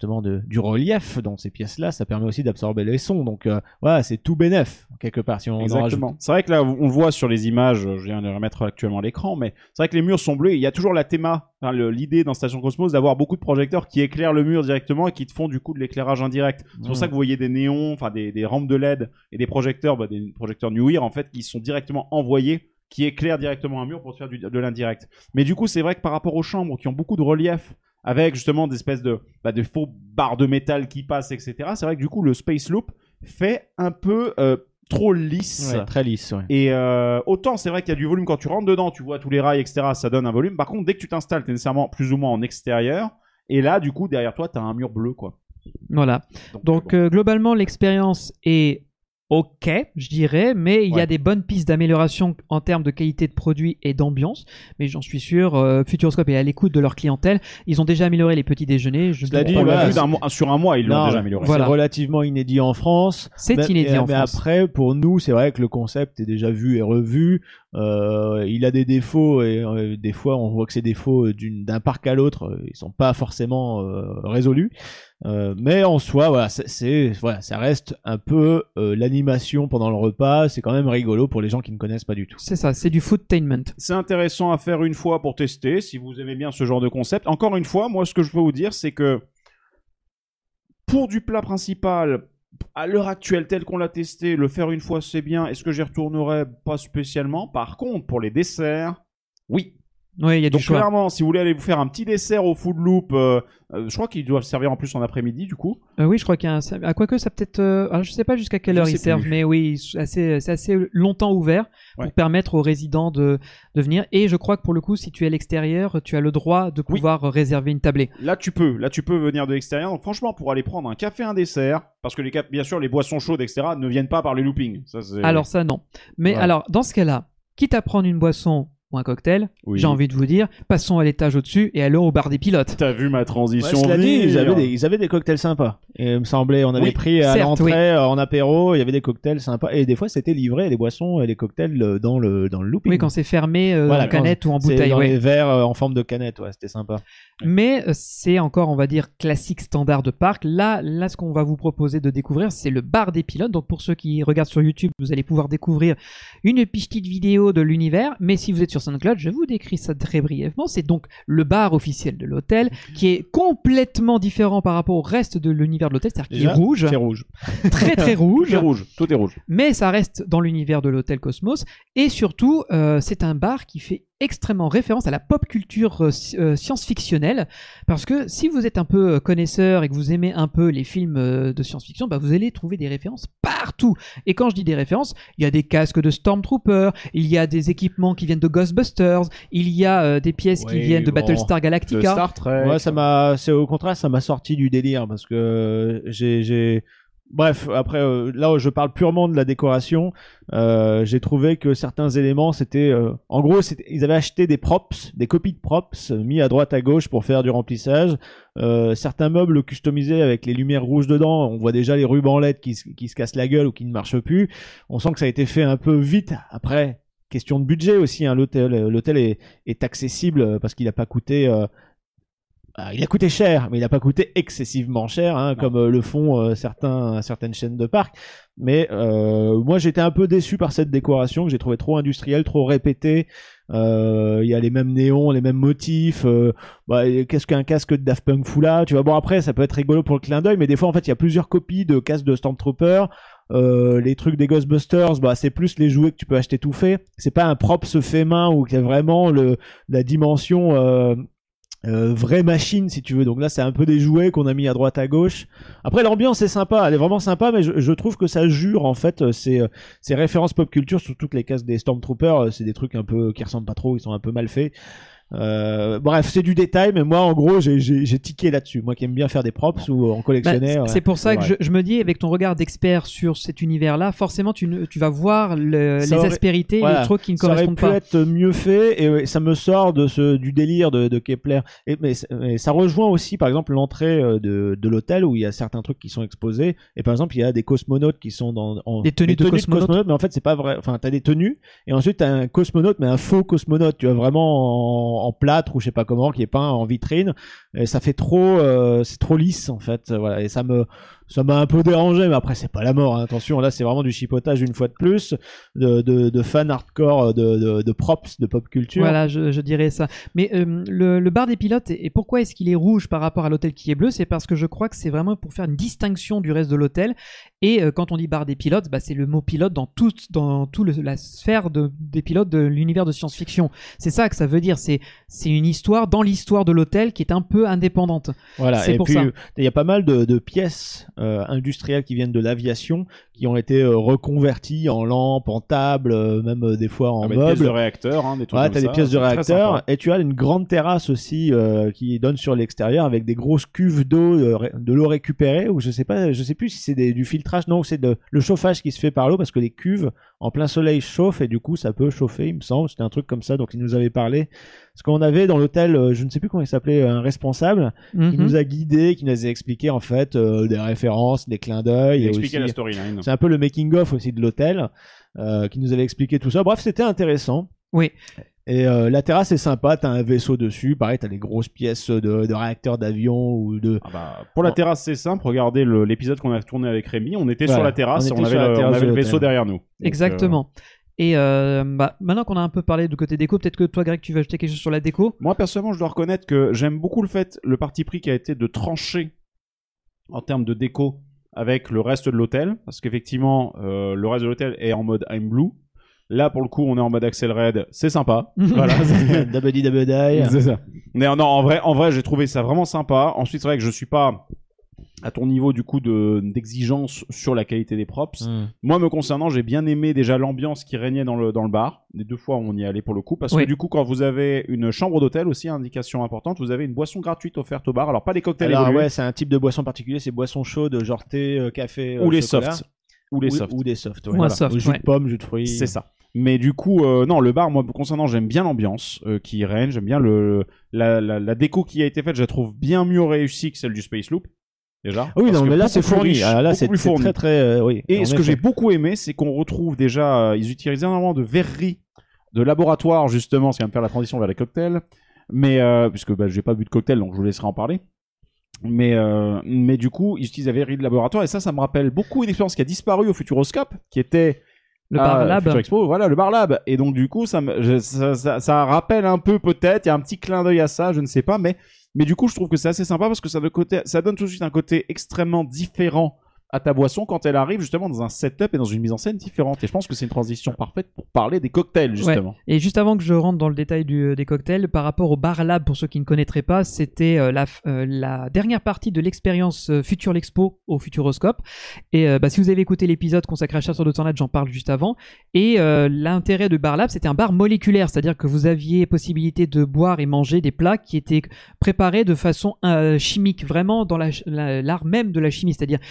du relief dans ces pièces-là, ça permet aussi d'absorber les sons. Donc voilà, c'est tout bénef quelque part si on en rajoute. C'est vrai que là, on le voit sur les images, je viens de les remettre actuellement à l'écran, mais c'est vrai que les murs sont bleus. Il y a toujours la théma, l'idée dans Station Cosmos d'avoir beaucoup de projecteurs qui éclairent le mur directement et qui te font du coup de l'éclairage indirect. C'est pour ça que vous voyez des néons, des rampes de LED et des projecteurs Nuir en fait qui sont directement envoyés, qui éclairent directement un mur pour faire de l'indirect. Mais du coup, c'est vrai que par rapport aux chambres qui ont beaucoup de relief, avec justement des espèces de faux barres de métal qui passent, etc., c'est vrai que du coup, le Space Loop fait un peu trop lisse. Ouais, très lisse, ouais. Et autant, c'est vrai qu'il y a du volume quand tu rentres dedans, tu vois tous les rails, etc., ça donne un volume. Par contre, dès que tu t'installes, t'es nécessairement plus ou moins en extérieur. Et là, du coup, derrière toi, t'as un mur bleu, quoi. Voilà. Donc globalement, l'expérience est ok, je dirais, mais il y a des bonnes pistes d'amélioration en termes de qualité de produit et d'ambiance. Mais j'en suis sûr, Futuroscope est à l'écoute de leur clientèle. Ils ont déjà amélioré les petits déjeuners. On l'a vu sur un mois, ils l'ont déjà amélioré. Voilà. C'est relativement inédit en France. C'est inédit en France. Mais après, pour nous, c'est vrai que le concept est déjà vu et revu. Il a des défauts et des fois, on voit que ces défauts d'un parc à l'autre, ils sont pas forcément résolus. Mais en soi, voilà, ça reste un peu l'animation pendant le repas. C'est quand même rigolo pour les gens qui ne connaissent pas du tout. C'est ça, c'est du foodtainment. C'est intéressant à faire une fois pour tester, si vous aimez bien ce genre de concept. Encore une fois, moi, ce que je peux vous dire, c'est que pour du plat principal, à l'heure actuelle, tel qu'on l'a testé, le faire une fois, c'est bien. Est-ce que j'y retournerai? Pas spécialement. Par contre, pour les desserts, oui. Oui, il y a du Donc choix. clairement, si vous voulez aller vous faire un petit dessert au Food Loop, je crois qu'ils doivent servir en plus en après-midi du coup. Oui, je crois qu'il y a un... Quoique ça peut-être... alors, je sais pas jusqu'à quelle heure ils servent, mais oui, c'est assez longtemps ouvert pour permettre aux résidents de venir. Et je crois que pour le coup, si tu es à l'extérieur, tu as le droit de pouvoir réserver une tablée. Là, tu peux venir de l'extérieur. Donc franchement, pour aller prendre un café, un dessert, parce que bien sûr, les boissons chaudes, etc., ne viennent pas par les loopings. Alors ça, non. Mais alors, dans ce cas-là, quitte à prendre une boisson ou un cocktail, j'ai envie de vous dire, passons à l'étage au-dessus et allons au bar des pilotes. T'as vu ma transition? Cela dit, ils avaient des cocktails sympas. Et il me semblait, on avait pris à l'entrée, en apéro, il y avait des cocktails sympas. Et des fois, c'était livré, les boissons et les cocktails dans le looping. Oui, quand c'est fermé en canette ou en bouteille. Dans les verres en forme de canette, c'était sympa. Mais c'est encore, on va dire, classique standard de parc. Là, ce qu'on va vous proposer de découvrir, c'est le bar des pilotes. Donc pour ceux qui regardent sur YouTube, vous allez pouvoir découvrir une petite vidéo de l'univers. Mais si vous êtes sur SoundCloud, je vous décris ça très brièvement. C'est donc le bar officiel de l'hôtel qui est complètement différent par rapport au reste de l'univers de l'hôtel. C'est-à-dire qu'il est rouge. C'est rouge. Très très rouge. Tout est rouge. Mais ça reste dans l'univers de l'hôtel Cosmos. Et surtout, c'est un bar qui fait extrêmement référence à la pop culture science-fictionnelle, parce que si vous êtes un peu connaisseur et que vous aimez un peu les films de science-fiction, vous allez trouver des références partout. Et quand je dis des références, il y a des casques de Stormtrooper, il y a des équipements qui viennent de Ghostbusters, il y a des pièces qui viennent de Battlestar Galactica. De Star Trek. Ouais, c'est au contraire, ça m'a sorti du délire, parce que Bref, après, là, je parle purement de la décoration. J'ai trouvé que certains éléments, c'était... en gros, ils avaient acheté des props, des copies de props, mis à droite à gauche pour faire du remplissage. Certains meubles customisés avec les lumières rouges dedans, on voit déjà les rubans LED qui se cassent la gueule ou qui ne marchent plus. On sent que ça a été fait un peu vite. Après, question de budget aussi, hein, l'hôtel est accessible parce qu'il n'a pas coûté... il a coûté cher, mais il n'a pas coûté excessivement cher, hein, comme le font certaines chaînes de parcs. Mais moi, j'étais un peu déçu par cette décoration que j'ai trouvé trop industrielle, trop répétée. Il y a les mêmes néons, les mêmes motifs. Qu'est-ce qu'un casque de Daft Punk fout là? Tu vois, bon, après, ça peut être rigolo pour le clin d'œil, mais des fois, en fait, il y a plusieurs copies de casques de Stormtrooper. Les trucs des Ghostbusters, c'est plus les jouets que tu peux acheter tout fait. C'est pas un props fait main où il y a vraiment la dimension... vraie machine si tu veux. Donc là c'est un peu des jouets qu'on a mis à droite à gauche. Après l'ambiance est sympa, elle est vraiment sympa, mais je trouve que ça jure en fait ces références pop culture sur toutes les cases des Stormtroopers. C'est des trucs un peu qui ressemblent pas trop, ils sont un peu mal faits. Bref, c'est du détail, mais moi en gros j'ai tiqué là-dessus. Moi qui aime bien faire des props ou en collectionnaire. C'est pour ça que je me dis, avec ton regard d'expert sur cet univers-là, forcément tu vas voir les aspérités, et les trucs qui ne correspondent pas. Ça aurait pu être mieux fait, et ça me sort du délire de Kepler. Mais ça rejoint aussi par exemple l'entrée de l'hôtel où il y a certains trucs qui sont exposés. Et par exemple il y a des cosmonautes qui sont des tenues de cosmonautes, mais en fait c'est pas vrai. Enfin t'as des tenues et ensuite t'as un cosmonaute, mais un faux cosmonaute. Tu vois, vraiment en plâtre ou je sais pas comment, qui est peint en vitrine, et ça fait trop c'est trop lisse en fait, voilà, et ça m'a un peu dérangé, mais après c'est pas la mort, hein. Attention, là c'est vraiment du chipotage une fois de plus de fans hardcore de props, de pop culture. Voilà, je dirais ça. Mais le bar des pilotes, et pourquoi est-ce qu'il est rouge par rapport à l'hôtel qui est bleu? C'est parce que je crois que c'est vraiment pour faire une distinction du reste de l'hôtel. Et quand on dit bar des pilotes, c'est le mot pilote dans toute la sphère des pilotes de l'univers de science-fiction. C'est ça que ça veut dire. C'est une histoire dans l'histoire de l'hôtel qui est un peu indépendante. Voilà. C'est et pour puis ça. Il y a pas mal de pièces industrielles qui viennent de l'aviation, qui ont été reconverties en lampes, en tables, même des fois en meubles. Des pièces de réacteurs, hein, des trucs comme t'as ça. des pièces de réacteurs, et tu as une grande terrasse aussi qui donne sur l'extérieur avec des grosses cuves d'eau, de l'eau récupérée, ou je sais plus si c'est du filtrage. Non, c'est le chauffage qui se fait par l'eau, parce que les cuves en plein soleil chauffent et du coup ça peut chauffer, il me semble. C'était un truc comme ça, donc il nous avait parlé. Parce qu'on avait dans l'hôtel, je ne sais plus comment il s'appelait, un responsable qui nous a guidés, qui nous a expliqué en fait des références, des clins d'œil. Il a expliqué la storyline. C'est un peu le making of aussi de l'hôtel, qui nous avait expliqué tout ça. Bref, c'était intéressant. Oui. Et la terrasse est sympa, t'as un vaisseau dessus, pareil, t'as des grosses pièces de réacteurs d'avion ou de... Pour la terrasse c'est simple, regardez l'épisode qu'on a tourné avec Rémi, on était sur la terrasse et on avait le vaisseau derrière nous. Donc, exactement. Et maintenant qu'on a un peu parlé du côté déco, peut-être que toi Greg tu veux ajouter quelque chose sur la déco? Moi personnellement je dois reconnaître que j'aime beaucoup le parti pris qui a été de trancher en termes de déco avec le reste de l'hôtel, parce qu'effectivement le reste de l'hôtel est en mode I'm Blue. Là, pour le coup, on est en mode Axel Red, c'est sympa. Voilà. Double die. C'est ça. Mais non, en vrai, j'ai trouvé ça vraiment sympa. Ensuite, c'est vrai que je suis pas à ton niveau, du coup, d'exigence sur la qualité des props. Moi, me concernant, j'ai bien aimé déjà l'ambiance qui régnait dans le bar. Les 2 fois où on y allait pour le coup. Parce que du coup, quand vous avez une chambre d'hôtel aussi, indication importante, vous avez une boisson gratuite offerte au bar. Alors, pas des cocktails évolués. Ouais, c'est un type de boisson particulier, c'est boisson chaude, genre thé, café, ou les chocolat. softs. Ou des softs, ouais. Soft, jus de pomme, jus de fruits. C'est ça. Mais du coup, non, le bar, moi, concernant, j'aime bien l'ambiance qui règne, j'aime bien la déco qui a été faite, je la trouve bien mieux réussie que celle du Space Loop, déjà. Oui, non, mais là, c'est fourni. Là, c'est très, très, oui. Et ce que j'ai beaucoup aimé, c'est qu'on retrouve déjà, ils utilisaient énormément de verreries de laboratoire, justement, ce qui va me faire la transition vers les cocktails. Mais, puisque, j'ai pas bu de cocktail, donc je vous laisserai en parler. Mais du coup, ils utilisent la verrerie de laboratoire, et ça me rappelle beaucoup une expérience qui a disparu au Futuroscope, qui était le bar lab. Future Expo, voilà, le bar lab. Et donc du coup, ça rappelle un peu, peut-être, il y a un petit clin d'œil à ça, je ne sais pas, mais du coup, je trouve que c'est assez sympa parce que ça donne tout de suite un côté extrêmement différent à ta boisson quand elle arrive justement dans un setup et dans une mise en scène différente. Et je pense que c'est une transition parfaite pour parler des cocktails, justement. Ouais. Et juste avant que je rentre dans le détail des cocktails, par rapport au Bar Lab, pour ceux qui ne connaîtraient pas, c'était la dernière partie de l'expérience Future l'Expo au Futuroscope. Et si vous avez écouté l'épisode consacré à Chasseurs de Tornades, j'en parle juste avant. Et l'intérêt de Bar Lab, c'était un bar moléculaire, c'est-à-dire que vous aviez possibilité de boire et manger des plats qui étaient préparés de façon chimique, vraiment dans l'art même de la chimie, c'est-à-dire des trucs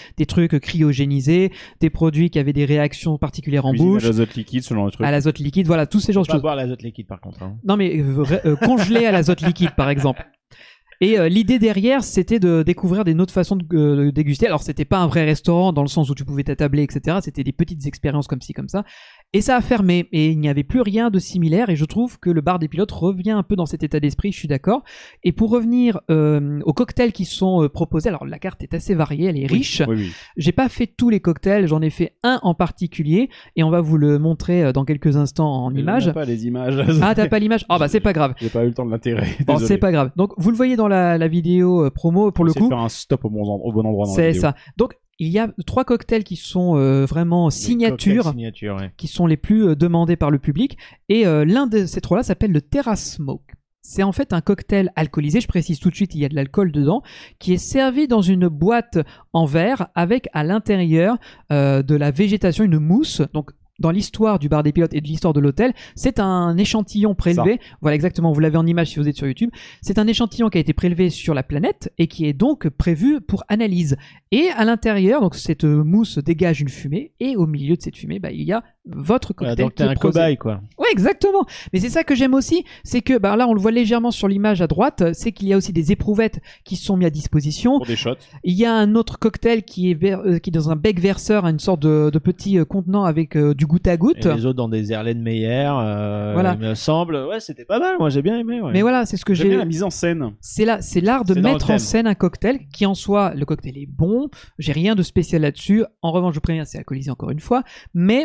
trucs cryogénisés, des produits qui avaient des réactions particulières en Cuisine bouche, à l'azote liquide, ce genre de truc. à l'azote liquide, voilà, tous ces genres de Faut pas choses. boire l'azote liquide par contre. Hein. Non mais congelé à l'azote liquide par exemple. Et l'idée derrière, c'était de découvrir des autres façons de déguster. Alors, c'était pas un vrai restaurant dans le sens où tu pouvais t'attabler, etc. C'était des petites expériences comme ci, comme ça. Et ça a fermé. Et il n'y avait plus rien de similaire. Et je trouve que le bar des pilotes revient un peu dans cet état d'esprit. Je suis d'accord. Et pour revenir aux cocktails qui sont proposés, alors la carte est assez variée, elle est riche. Oui, oui. J'ai pas fait tous les cocktails, j'en ai fait un en particulier. Et on va vous le montrer dans quelques instants en Je images. n'ai pas les images. Ah, t'as pas l'image? Ah bah c'est pas grave. J'ai pas eu le temps de l'intégrer. Bon, Désolé. c'est pas grave. Donc vous le voyez dans la vidéo promo pour le Essayez coup. de faire un stop au bon endroit dans la C'est vidéo. ça. Donc il y a 3 cocktails qui sont vraiment signature, Signature, ouais. qui sont les plus demandés par le public. Et l'un de ces 3-là s'appelle le Terrace Smoke. C'est en fait un cocktail alcoolisé, je précise tout de suite, il y a de l'alcool dedans, qui est servi dans une boîte en verre avec à l'intérieur de la végétation, une mousse. Donc dans l'histoire du bar des pilotes et de l'histoire de l'hôtel, c'est un échantillon prélevé. Voilà, exactement, vous l'avez en image si vous êtes sur YouTube. C'est un échantillon qui a été prélevé sur la planète et qui est donc prévu pour analyse. Et à l'intérieur, donc cette mousse dégage une fumée et au milieu de cette fumée, il y a votre Voilà, cocktail donc qui t'es est un posé. cobaye quoi. Ouais, exactement. Mais c'est ça que j'aime aussi, c'est que là on le voit légèrement sur l'image à droite, c'est qu'il y a aussi des éprouvettes qui sont mises à disposition. Pour des shots. Il y a un autre cocktail qui est dans un bec verseur, une sorte de petit contenant avec du goutte à goutte. Et les autres dans des Erlenmeyer, Voilà. il me semble. Ouais, c'était pas mal. Moi, j'ai bien aimé. Ouais. Mais voilà, c'est ce que J'aime bien j'ai. la mise en scène. C'est l'art de C'est dans le mettre en thème. scène un cocktail qui en soi, le cocktail est bon. J'ai rien de spécial là-dessus. En revanche, je vous préviens, c'est alcoolisé encore une fois, mais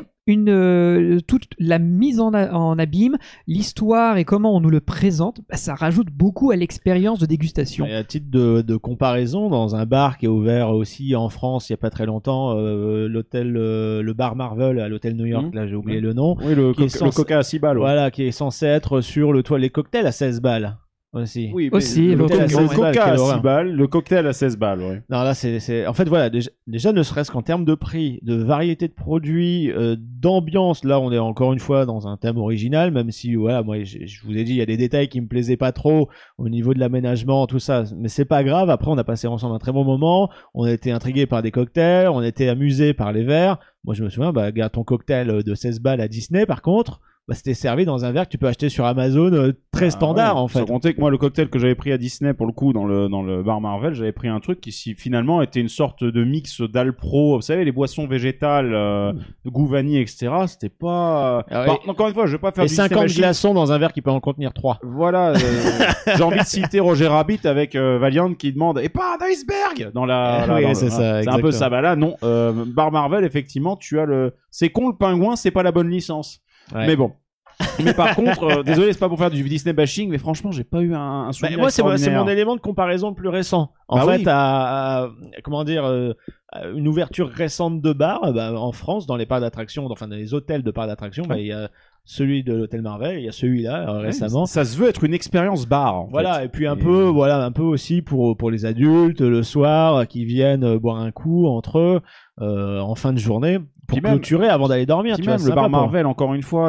toute la mise en abîme, l'histoire et comment on nous le présente, ça rajoute beaucoup à l'expérience de dégustation. Et à titre de comparaison, dans un bar qui est ouvert aussi en France il y a pas très longtemps, l'hôtel, le bar Marvel à l'hôtel New York, là j'ai oublié le nom, Oui, le Qui est censé- coca à 6 balles. ouais. voilà, qui est censé être sur le toit les cocktails à 16 balles aussi. Oui, mais Aussi, le éventuellement, coca- le ouais. coca à Quelle 6 horreur. balles, le cocktail à 16 balles. Ouais. Non, là, en fait, voilà, déjà, ne serait-ce qu'en termes de prix, de variété de produits, d'ambiance, là, on est encore une fois dans un thème original, même si, voilà, moi, je vous ai dit, il y a des détails qui me plaisaient pas trop au niveau de l'aménagement, tout ça, mais c'est pas grave. Après, on a passé ensemble un très bon moment, on a été intrigués par des cocktails, on a été amusés par les verres. Moi, je me souviens, garde ton cocktail de 16 balles à Disney, par contre, c'était servi dans un verre que tu peux acheter sur Amazon, très standard, Ah ouais. en fait. Sans compter que moi, le cocktail que j'avais pris à Disney, pour le coup, dans le bar Marvel, j'avais pris un truc qui finalement était une sorte de mix d'Alpro. Vous savez, les boissons végétales, de goût vanille, etc. C'était pas... Ah Bon, ouais. encore une fois, je vais pas faire Et du Disney 50 bashing. glaçons dans un verre qui peut en contenir 3. Voilà, j'ai envie de citer Roger Rabbit avec Valiant qui demande et pas un iceberg dans la. Oui, dans le- c'est ça, C'est un exactement. peu ça. Bah là, non. Bar Marvel, effectivement, tu as le. C'est con le pingouin, c'est pas la bonne licence. Ouais. Mais bon. Mais par contre, désolé, c'est pas pour faire du Disney bashing, mais franchement, j'ai pas eu un souvenir. Moi, c'est extraordinaire. mon élément de comparaison le plus récent. En Bah fait, oui. à une ouverture récente de bar, en France, dans les parcs d'attractions, enfin dans les hôtels de parcs d'attractions, il y a celui de l'hôtel Marvel, il y a celui-là Ouais, récemment. Ça se veut être une expérience bar. En Voilà, fait. et puis un peu aussi pour les adultes le soir qui viennent boire un coup entre eux en fin de journée pour Puis même- clôturer avant d'aller dormir. Puis Tu vois, même c'est le bar sympa pour- Marvel, encore une fois,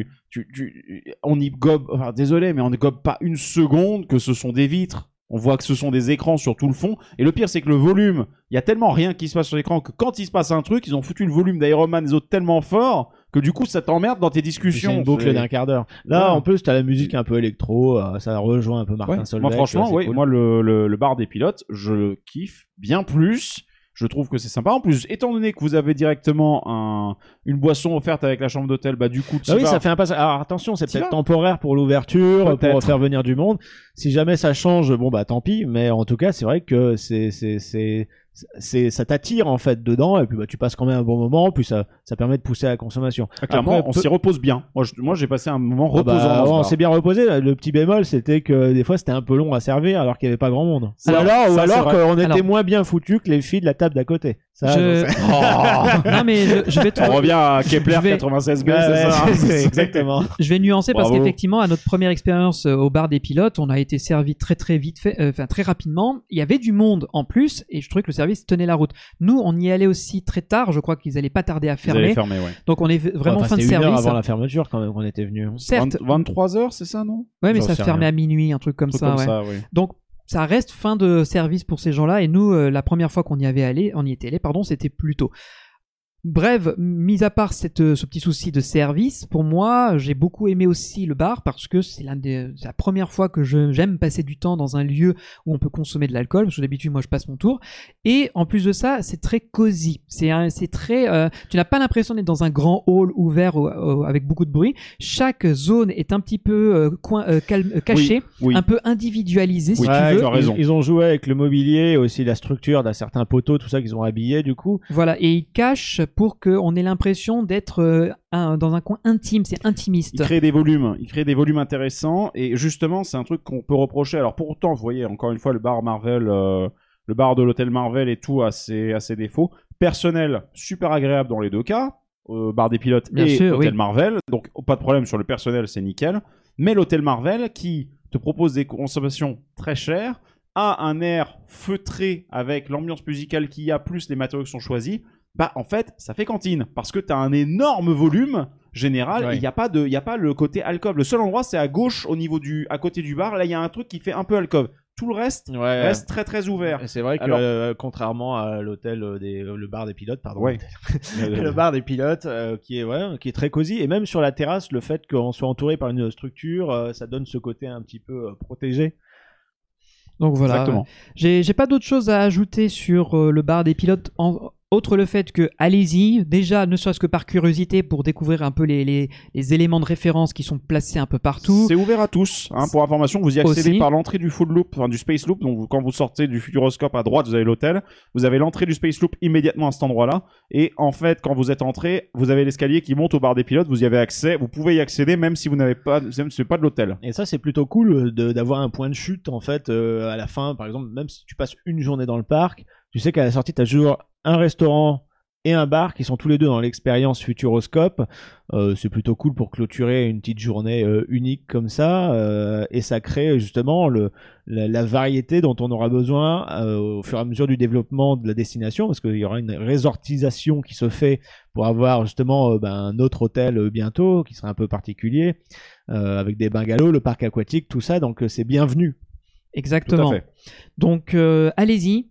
on y gobe, enfin, désolé, mais on ne gobe pas une seconde que ce sont des vitres. On voit que ce sont des écrans sur tout le fond. Et le pire, c'est que le volume, il y a tellement rien qui se passe sur l'écran que quand il se passe un truc, ils ont foutu le volume d'Iron Man et des autres tellement fort que du coup, ça t'emmerde dans tes Puis discussions. c'est une boucle C'est- d'un quart d'heure. Là, Voilà. en plus, t'as la musique un peu électro, ça rejoint un peu Martin Ouais. Solveig. Moi, franchement, tu vois, ouais, c'est cool. moi, le bar des pilotes, je le kiffe bien plus. Je trouve que c'est sympa. En plus, étant donné que vous avez directement une boisson offerte avec la chambre d'hôtel, du coup, tu Ah oui, vas. ça fait un passage. Alors attention, c'est T'y peut-être vas. temporaire pour l'ouverture, pour Peut-être. faire venir du monde. Si jamais ça change, tant pis. Mais en tout cas, c'est vrai que ça t'attire en fait dedans, et puis tu passes quand même un bon moment, puis ça permet de pousser à la consommation. Clairement, Après, on s'y repose bien. Moi, j'ai passé un moment reposant dans ce on bar. s'est bien reposé. Le petit bémol, c'était que des fois c'était un peu long à servir alors qu'il n'y avait pas grand monde. Alors, ou ça, c'est alors vrai. qu'on était Alors- moins bien foutus que les filles de la table d'à côté. Ça, Je- j'en sais- Non mais je vais te... On revient à Kepler Je vais- 96B, Ouais, c'est ouais, ça. c'est exactement. Je vais nuancer parce Bravo. qu'effectivement, à notre première expérience au bar des pilotes, on a été servi très vite fait, très rapidement. Il y avait du monde en plus et je trouvais que le service tenait la route. Nous, on y allait aussi très tard. Je crois qu'ils allaient pas tarder à Vous allez fermer. fermer, ouais. Donc on est vraiment Enfin, fin de c'était une heure service. avant la fermeture quand même qu'on était venu. Certes. 23h, c'est ça, non? Ouais, mais J'en ça sais fermait rien. à minuit, un truc comme Truc ça. comme Ouais. ça, oui. Donc ça reste fin de service pour ces gens-là. Et nous, la première fois qu'on y était allé, c'était plus tôt. Bref, mis à part ce petit souci de service, pour moi, j'ai beaucoup aimé aussi le bar parce que c'est la première fois que j'aime passer du temps dans un lieu où on peut consommer de l'alcool, parce que d'habitude, moi, je passe mon tour. Et en plus de ça, c'est très cosy. C'est très, tu n'as pas l'impression d'être dans un grand hall ouvert avec beaucoup de bruit. Chaque zone est un petit peu cachée, Oui. un peu individualisée, si Ouais, tu veux. tu as raison. Ils ont joué avec le mobilier et aussi la structure d'un certain poteau, tout ça qu'ils ont habillé du coup. Voilà, et ils cachent pour qu'on ait l'impression d'être dans un coin intime, c'est intimiste. Il crée des volumes intéressants et justement c'est un truc qu'on peut reprocher. Alors pourtant vous voyez encore une fois le bar Marvel, le bar de l'hôtel Marvel et tout a ses défauts. Personnel super agréable dans les deux cas, bar des pilotes Bien et sûr, hôtel oui. Marvel, donc pas de problème sur le personnel, c'est nickel. Mais l'hôtel Marvel qui te propose des consommations très chères, a un air feutré avec l'ambiance musicale qu'il y a plus les matériaux qui sont choisis. Bah en fait ça fait cantine parce que t'as un énorme volume général. Ouais. Il y a pas le côté alcôve. Le seul endroit c'est à gauche à côté du bar. Là il y a un truc qui fait un peu alcôve. Tout le reste reste très très ouvert. Et c'est vrai que Alors- contrairement à l'hôtel le bar des pilotes, pardon, Ouais. le bar des pilotes qui est très cosy, et même sur la terrasse, le fait qu'on soit entouré par une structure, ça donne ce côté un petit peu protégé. Donc voilà. Exactement. J'ai pas d'autre chose à ajouter sur le bar des pilotes, autre le fait que allez-y, déjà ne serait-ce que par curiosité pour découvrir un peu les éléments de référence qui sont placés un peu partout. C'est ouvert à tous. Pour information, vous y accédez Aussi. par l'entrée du Full Loop, enfin du Space Loop. Donc quand vous sortez du Futuroscope à droite, vous avez l'hôtel. Vous avez l'entrée du Space Loop immédiatement à cet endroit-là. Et en fait, quand vous êtes entré, vous avez l'escalier qui monte au bar des pilotes. Vous y avez accès. Vous pouvez y accéder même si vous n'avez pas, même si c'est pas de l'hôtel. Et ça, c'est plutôt cool d'avoir un point de chute en fait à la fin. Par exemple, même si tu passes une journée dans le parc, tu sais qu'à la sortie, tu as toujours un restaurant et un bar qui sont tous les deux dans l'expérience Futuroscope. C'est plutôt cool pour clôturer une petite journée unique comme ça, et ça crée justement la variété dont on aura besoin au fur et à mesure du développement de la destination, parce qu'il y aura une résortisation qui se fait pour avoir justement un autre hôtel bientôt qui sera un peu particulier, avec des bungalows, le parc aquatique, tout ça, donc c'est bienvenu. Exactement. Tout à fait. Donc allez-y,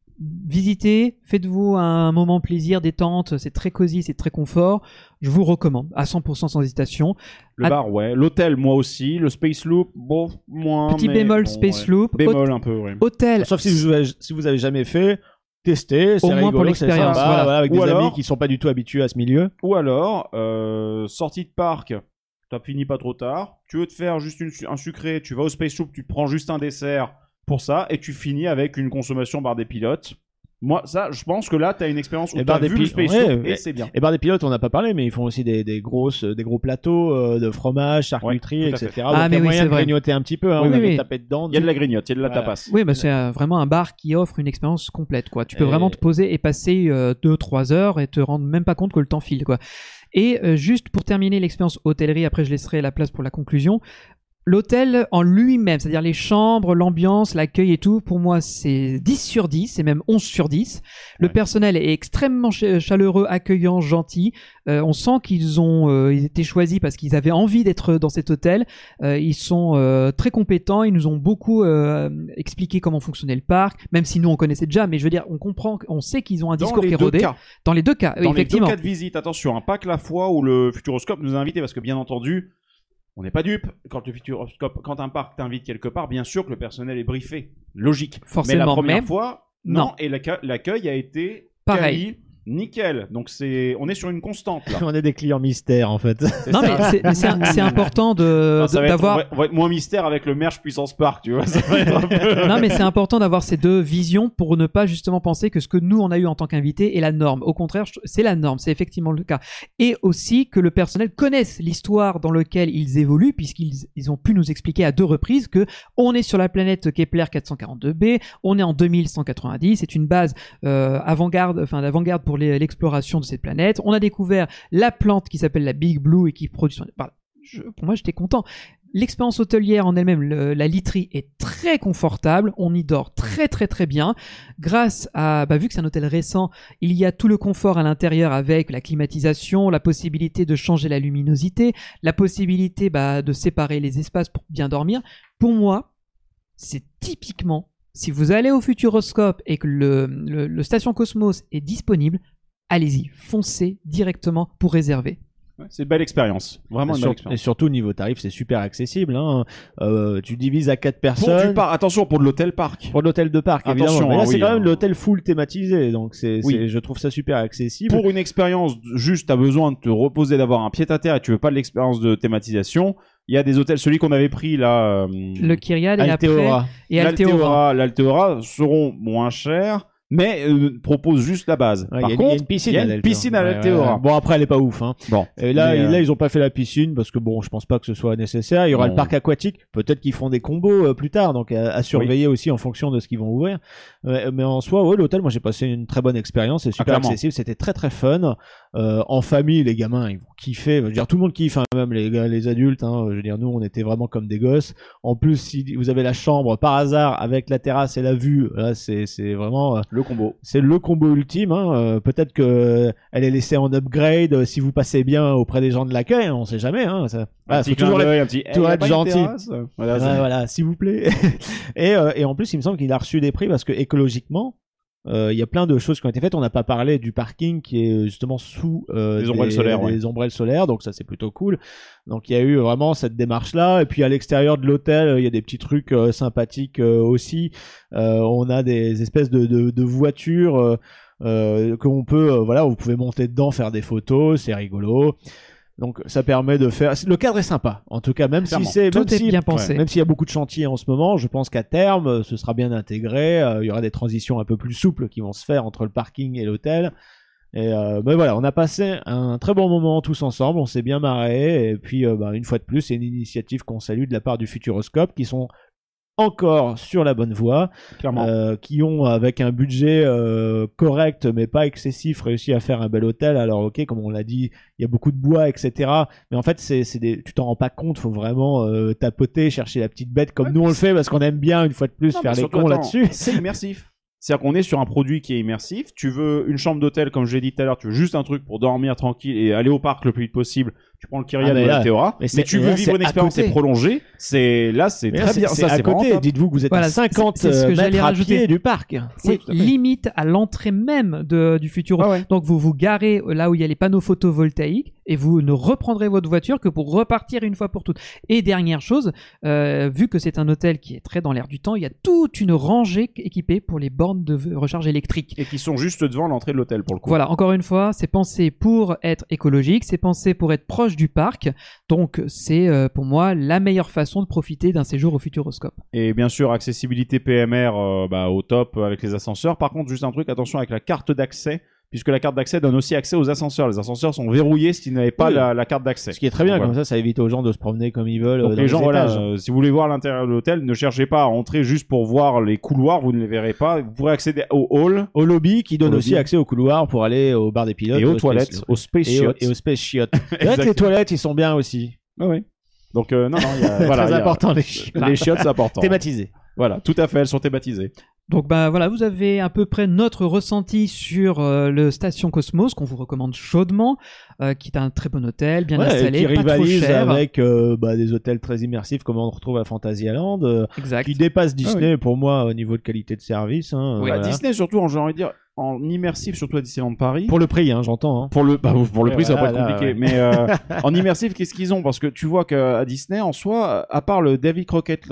visitez, faites-vous un moment plaisir, détente, c'est très cosy, c'est très confort. Je vous recommande à 100% sans hésitation. Le bar, ouais. L'hôtel, moi aussi. Le Space Loop, bon, moins. Petit mais bémol bon, Space ouais. Loop. Bémol un peu, ouais. Hôtel. Sauf si vous avez jamais fait, testez, c'est Au moins rigolo, pour l'expérience, c'est sympa, voilà. avec Ou des alors- amis qui sont pas du tout habitués à ce milieu. Ou alors, sortie de parc, t'as fini pas trop tard, tu veux te faire juste un sucré, tu vas au Space Loop, tu te prends juste un dessert pour ça, et tu finis avec une consommation bar des pilotes. Moi, ça, je pense que là, t'as une expérience où Et t'as bar des vu le pilotes, Space ouais, Loop, et ouais. c'est bien. Et bar des pilotes, on n'a pas parlé, mais ils font aussi des gros plateaux de fromage, charcuterie, Ouais, tout à etc. fait. Donc, Ah, il y mais a oui, moyen c'est de vrai. grignoter un petit peu, hein, Oui, on oui, avait oui. tapé dedans. Il y a de la grignote, il y a de la Voilà. tapas. Oui, bah c'est vraiment un bar qui offre une expérience complète, quoi. Tu peux Et- vraiment te poser et passer 2-3 heures et te rendre même pas compte que le temps file, quoi. Et juste pour terminer l'expérience hôtellerie, après je laisserai la place pour la conclusion. L'hôtel en lui-même, c'est-à-dire les chambres, l'ambiance, l'accueil et tout, pour moi c'est 10 sur 10, c'est même 11 sur 10. Le Ouais. personnel est extrêmement chaleureux, accueillant, gentil. On sent ils étaient choisis parce qu'ils avaient envie d'être dans cet hôtel. Ils sont très compétents, ils nous ont beaucoup expliqué comment fonctionnait le parc, même si nous on connaissait déjà, mais je veux dire, on comprend, on sait qu'ils ont un discours qui est rodé. Dans les deux cas, oui, Dans les deux effectivement. cas de visite, attention, pas que la fois où le Futuroscope nous a invités, parce que bien entendu, on n'est pas dupe. Quand un parc t'invite quelque part, bien sûr que le personnel est briefé. Logique. Forcément, Mais la première mais- fois, non. non. Et l'accueil a été Pareil. quali, nickel. Donc on est sur une constante là. On est des clients mystères en fait. C'est Non, ça. mais c'est important Enfin, ça va être- d'avoir. on va être moins mystère avec le merge puissance park, tu vois. Ça va être un peu- Non, mais c'est important d'avoir ces deux visions pour ne pas justement penser que ce que nous on a eu en tant qu'invité est la norme. Au contraire, c'est la norme, c'est effectivement le cas. Et aussi que le personnel connaisse l'histoire dans laquelle ils évoluent, puisqu'ils ont pu nous expliquer à 2 reprises que on est sur la planète Kepler 442b, on est en 2190, c'est une base d'avant-garde pour l'exploration de cette planète. On a découvert la plante qui s'appelle la Big Blue et qui produit. Pour moi, j'étais content. L'expérience hôtelière en elle-même, la literie est très confortable, on y dort très très très bien. Grâce à, vu que c'est un hôtel récent, il y a tout le confort à l'intérieur avec la climatisation, la possibilité de changer la luminosité, la possibilité de séparer les espaces pour bien dormir. Pour moi, c'est typiquement, si vous allez au Futuroscope et que le Station Cosmos est disponible, allez-y, foncez directement pour réserver. Ouais, c'est une belle expérience, vraiment une belle expérience. Et surtout, niveau tarif, c'est super accessible. Hein. Tu divises à 4 personnes. Attention, pour de l'hôtel parc. Pour l'hôtel de parc, Attention, évidemment. Mais là, c'est oui, quand même l'hôtel full thématisé. Donc, Oui. je trouve ça super accessible. Pour une expérience, juste, t'as besoin de te reposer, d'avoir un pied-à-terre et tu veux pas de l'expérience de thématisation. Il y a des hôtels, celui qu'on avait pris là. Le Kyrial et Alteora. après et Alteora. L'Alteora seront moins chers, mais propose juste la base. Ouais, Par il y a contre, une piscine il y a à une l'Alteora. piscine à Ouais, l'Alteora. ouais. Bon, après, elle est pas ouf. Hein. Bon. Et là, Mais, là, ils ont pas fait la piscine parce que bon, je pense pas que ce soit nécessaire. Il y aura Non. le parc aquatique. Peut-être qu'ils feront des combos plus tard, donc à surveiller aussi en fonction de ce qu'ils vont ouvrir. Mais en soi, ouais, l'hôtel, moi, j'ai passé une très bonne expérience. C'est super clairement. accessible. C'était très très fun. En famille, les gamins, ils vont kiffer. Je veux dire, tout le monde kiffe, hein, même les adultes. Hein. Je veux dire, nous, on était vraiment comme des gosses. En plus, si vous avez la chambre par hasard avec la terrasse et la vue, là, c'est vraiment le combo. c'est le combo ultime. Hein. Peut-être que elle est laissée en upgrade si vous passez bien auprès des gens de l'accueil. Hein, on sait jamais. Hein. Ça... Un petit clin d'œil, un petit. toujours y a être pas une gentil. terrasse Voilà, c'est- Voilà, s'il vous plaît. Et en plus, il me semble qu'il a reçu des prix parce que écologiquement, il y a plein de choses qui ont été faites. On n'a pas parlé du parking qui est justement sous Des ombrelles solaires, ouais. des ombrelles solaires, donc ça c'est plutôt cool. Donc il y a eu vraiment cette démarche-là. Et puis à l'extérieur de l'hôtel, il y a des petits trucs sympathiques aussi. On a des espèces de voitures qu'on peut, voilà, vous pouvez monter dedans, faire des photos, c'est rigolo. Donc ça permet de faire. Le cadre est sympa, en tout cas, même Clairement. si c'est Tout même est si- bien pensé. même s'il y a beaucoup de chantiers en ce moment, je pense qu'à terme, ce sera bien intégré. Il y aura des transitions un peu plus souples qui vont se faire entre le parking et l'hôtel. Et ben voilà, on a passé un très bon moment tous ensemble, on s'est bien marré. Et puis, une fois de plus, c'est une initiative qu'on salue de la part du Futuroscope, qui sont encore sur la bonne voie, Clairement. qui ont, avec un budget correct mais pas excessif, réussi à faire un bel hôtel. Alors ok, comme on l'a dit, il y a beaucoup de bois, etc. Mais en fait, tu t'en rends pas compte, faut vraiment tapoter, chercher la petite bête comme Ouais, nous on mais le fait parce qu'on aime bien une fois de plus Non, faire mais les surtout, cons attends, là-dessus. C'est immersif. C'est-à-dire qu'on est sur un produit qui est immersif. Tu veux une chambre d'hôtel, comme je l'ai dit tout à l'heure, tu veux juste un truc pour dormir tranquille et aller au parc le plus vite possible. Tu prends le Kyrian Ah, mais ou là- la Théora. mais Mais tu veux là, vivre c'est une à expérience côté. prolongée. C'est Mais là, très bien. c'est Ça, à c'est vraiment côté. top. Dites-vous que vous êtes Voilà, à 50 c'est ce que j'allais mètres à rajouter. pied du parc. C'est tout à fait. limite à l'entrée même du Futuro. Ah ouais. Donc vous vous garez là où il y a les panneaux photovoltaïques et vous ne reprendrez votre voiture que pour repartir une fois pour toutes. Et dernière chose, vu que c'est un hôtel qui est très dans l'air du temps, il y a toute une rangée équipée pour les bornes de recharge électrique. Et qui sont juste devant l'entrée de l'hôtel pour le coup. Voilà, encore une fois, c'est pensé pour être écologique, c'est pensé pour être proche du parc. Donc c'est pour moi la meilleure façon de profiter d'un séjour au Futuroscope. Et bien sûr, accessibilité PMR au top avec les ascenseurs. Par contre, juste un truc, attention avec la carte d'accès, puisque la carte d'accès donne aussi accès aux ascenseurs. Les ascenseurs sont verrouillés si tu n'avais pas Oui. la carte d'accès. Ce qui est très bien, Voilà. comme ça évite aux gens de se promener comme ils veulent. Donc dans les gens, voilà, étages. si vous voulez voir l'intérieur de l'hôtel, ne cherchez pas à entrer juste pour voir les couloirs, vous ne les verrez pas. Vous pourrez accéder au hall Au lobby qui donne Au aussi lobby. accès au couloir pour aller au bar des pilotes et aux Space- toilettes, au space et au yacht. Space Yacht. C'est vrai que les toilettes ils sont bien aussi. Ah oui. Donc non, il y a, voilà, Très il y a- important les chiottes. Les chiottes, c'est important. Thématisé. Voilà, tout à fait, elles sont thématisées. Donc voilà, vous avez à peu près notre ressenti sur le Station Cosmos qu'on vous recommande chaudement, qui est un très bon hôtel, bien Ouais, installé, qui pas trop rivalise cher. avec des hôtels très immersifs comme on retrouve à Fantasyland, Exact. qui dépasse Disney pour moi au niveau de qualité de service. Hein, Oui. Bah, voilà. Disney, surtout, j'ai envie de dire, en immersif, surtout à Disneyland Paris. Pour le prix, hein, j'entends. Hein. Pour le prix, ça va pas être Voilà, compliqué. ouais. Mais en immersif, qu'est-ce qu'ils ont? Parce que tu vois qu'à Disney, en soi, à part le David Crockett,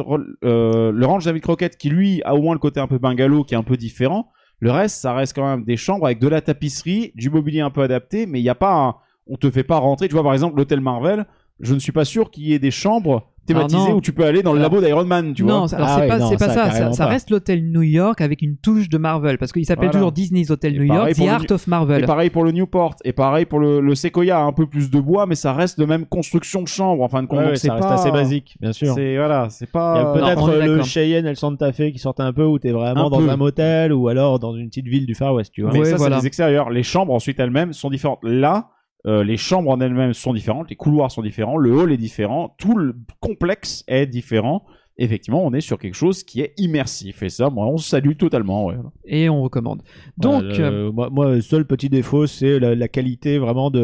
le ranch David Crockett, qui lui a au moins le côté un peu bungalow, qui est un peu différent. Le reste, ça reste quand même des chambres avec de la tapisserie, du mobilier un peu adapté, mais il y a pas on te fait pas rentrer. Tu vois, par exemple, l'hôtel Marvel, je ne suis pas sûr qu'il y ait des chambres thématisées non. où tu peux aller dans le labo d'Iron Man, tu non, vois. alors Ah c'est oui, pas, non, c'est pas ça, ça. carrément Ça pas. reste l'hôtel New York avec une touche de Marvel parce qu'il s'appelle Voilà. toujours Disney's Hotel Et New York, pareil The pour le Art of Marvel. Et pareil pour le Newport, et pareil pour le Sequoia, un peu plus de bois, mais ça reste de même construction de chambre, en fin de compte. Ouais, Donc ouais, c'est ça reste pas assez basique, bien sûr. C'est voilà, c'est Il y a pas. Non, peut-être on est le d'accord. Cheyenne et le Santa Fe qui sortent un peu où t'es vraiment Un dans peu. un motel ou alors dans une petite ville du Far West, tu vois. Mais Ouais, ça, voilà. c'est les extérieurs. Les chambres ensuite elles-mêmes sont différentes. Là, les chambres en elles-mêmes sont différentes, les couloirs sont différents, le hall est différent, tout le complexe est différent. Effectivement, on est sur quelque chose qui est immersif. Et ça, moi, on se salue totalement. Ouais. Et on recommande. Donc, Voilà, moi, le seul petit défaut, c'est la qualité vraiment de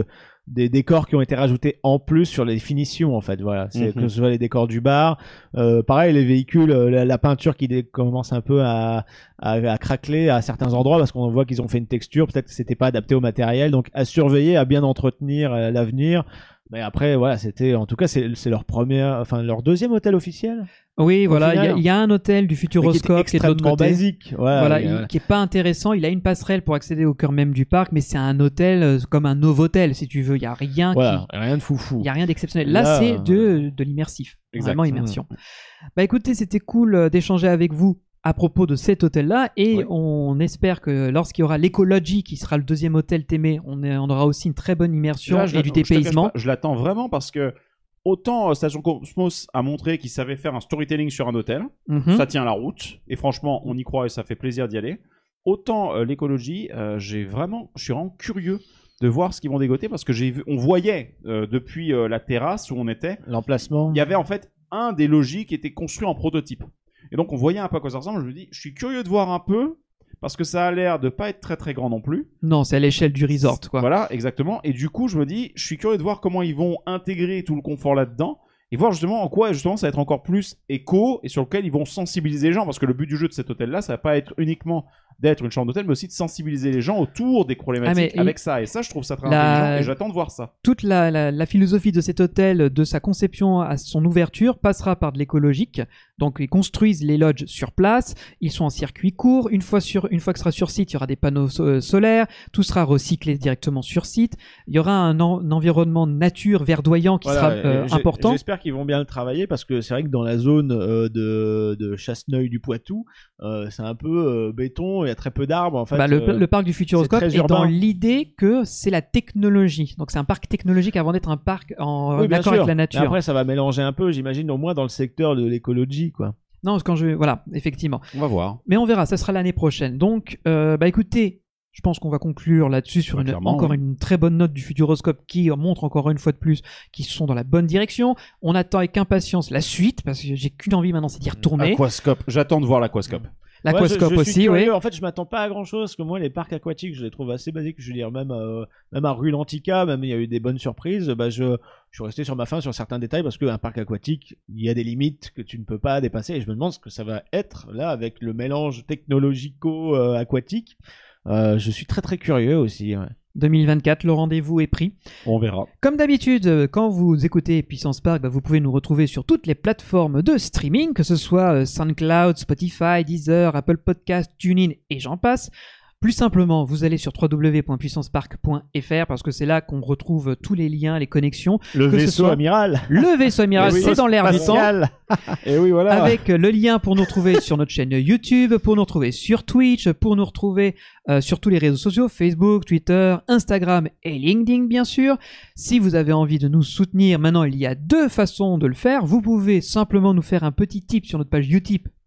des décors qui ont été rajoutés en plus sur les finitions en fait. Voilà, c'est que ce soit les décors du bar, pareil les véhicules, la peinture qui commence un peu à craqueler à certains endroits parce qu'on voit qu'ils ont fait une texture, peut-être que c'était pas adapté au matériel, donc à surveiller, à bien entretenir à l'avenir. Mais après voilà, c'était en tout cas c'est leur deuxième hôtel officiel. Oui, voilà, il y a un hôtel du Futuroscope qui est de l'autre côté. Basique. Ouais, qui est pas intéressant. Il a une passerelle pour accéder au cœur même du parc, mais c'est un hôtel comme un Novotel, si tu veux. Il y a rien rien de foufou. Il y a rien d'exceptionnel. Là, c'est de l'immersif. Vraiment immersion. Bah écoutez, c'était cool d'échanger avec vous à propos de cet hôtel-là, et on espère que lorsqu'il y aura l'Ecology, qui sera le deuxième hôtel Témé, on aura aussi une très bonne immersion et du dépaysement. Je l'attends vraiment parce que autant Station Cosmos a montré qu'il savait faire un storytelling sur un hôtel, ça tient la route, et franchement, on y croit et ça fait plaisir d'y aller. Autant l'Ecology, je suis vraiment curieux de voir ce qu'ils vont dégoter, parce que on voyait depuis la terrasse où on était, l'emplacement. Il y avait en fait un des logis qui était construit en prototype. Et donc on voyait un peu à quoi ça ressemble. Je me dis, je suis curieux de voir un peu, parce que ça a l'air de pas être très très grand non plus. Non, c'est à l'échelle du resort, quoi. Voilà, exactement. Et du coup, je me dis, je suis curieux de voir comment ils vont intégrer tout le confort là-dedans, et voir justement en quoi justement ça va être encore plus éco, et sur lequel ils vont sensibiliser les gens, parce que le but du jeu de cet hôtel-là, ça va pas être uniquement d'être une chambre d'hôtel, mais aussi de sensibiliser les gens autour des problématiques avec ça. Et ça, je trouve ça très intelligent, et j'attends de voir ça. Toute la philosophie de cet hôtel, de sa conception à son ouverture, passera par de l'écologique. Donc, ils construisent les lodges sur place, ils sont en circuit court. Une fois que ce sera sur site, il y aura des panneaux solaires, tout sera recyclé directement sur site. Il y aura un environnement nature verdoyant qui sera important. J'espère qu'ils vont bien le travailler, parce que c'est vrai que dans la zone de Chasseneuil du Poitou, c'est un peu béton, il y a très peu d'arbres en fait. Le parc du Futuroscope est dans l'idée que c'est la technologie. Donc c'est un parc technologique avant d'être un parc en accord avec la nature. Mais après ça va mélanger un peu, j'imagine, au moins dans le secteur de l'écologie, quoi. Non, voilà, effectivement. On va voir. Mais on verra, ça sera l'année prochaine. Donc écoutez, je pense qu'on va conclure là-dessus sur une très bonne note du Futuroscope qui montre encore une fois de plus qu'ils sont dans la bonne direction. On attend avec impatience la suite, parce que j'ai qu'une envie maintenant, c'est d'y retourner. Aquascope, j'attends de voir l'Aquascope. L'Aquascope aussi, oui. En fait, je m'attends pas à grand chose, parce que moi, les parcs aquatiques, je les trouve assez basiques. Je veux dire, même à Rue Lantica, même il y a eu des bonnes surprises. Je suis resté sur ma faim sur certains détails, parce qu'un parc aquatique, il y a des limites que tu ne peux pas dépasser. Et je me demande ce que ça va être là avec le mélange technologico-aquatique. Je suis très très curieux aussi. 2024, le rendez-vous est pris. On verra. Comme d'habitude, quand vous écoutez Puissance Park, vous pouvez nous retrouver sur toutes les plateformes de streaming, que ce soit SoundCloud, Spotify, Deezer, Apple Podcast, TuneIn et j'en passe. Plus simplement, vous allez sur www.puissancepark.fr, parce que c'est là qu'on retrouve tous les liens, les connexions. Le vaisseau amiral. Le vaisseau amiral, c'est dans l'air du temps. Et oui, voilà. Avec le lien pour nous retrouver sur notre chaîne YouTube, pour nous retrouver sur Twitch, pour nous retrouver sur tous les réseaux sociaux, Facebook, Twitter, Instagram et LinkedIn, bien sûr. Si vous avez envie de nous soutenir, maintenant il y a 2 façons de le faire. Vous pouvez simplement nous faire un petit tip sur notre page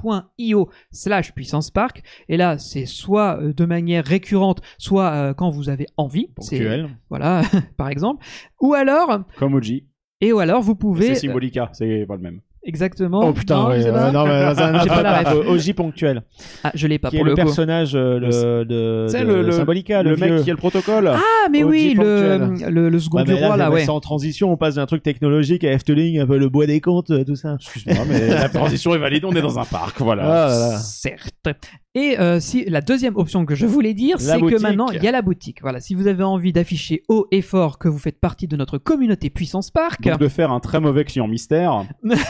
utip.io/puissancepark, et là c'est soit de manière récurrente, soit quand vous avez envie, ponctuel, voilà, par exemple, ou alors comme Oji, et ou alors vous pouvez, c'est Symbolica, c'est pas le même. Exactement. Oh putain, non, j'ai pas la ref. Oji ponctuel. Ah, je l'ai pas, qui pour est le coup. Personnage de Symbolica, le mec qui a le protocole. Ah, mais oui, le second du roi, là, ouais. C'est en transition, on passe d'un truc technologique à Efteling, un peu le bois des contes, tout ça. Excuse-moi, mais la transition est valide, on est dans un parc, voilà. Certes. Et si la deuxième option que je voulais dire, c'est que maintenant il y a la boutique. Voilà, si vous avez envie d'afficher haut et fort que vous faites partie de notre communauté Puissance Park, donc de faire un très mauvais client mystère.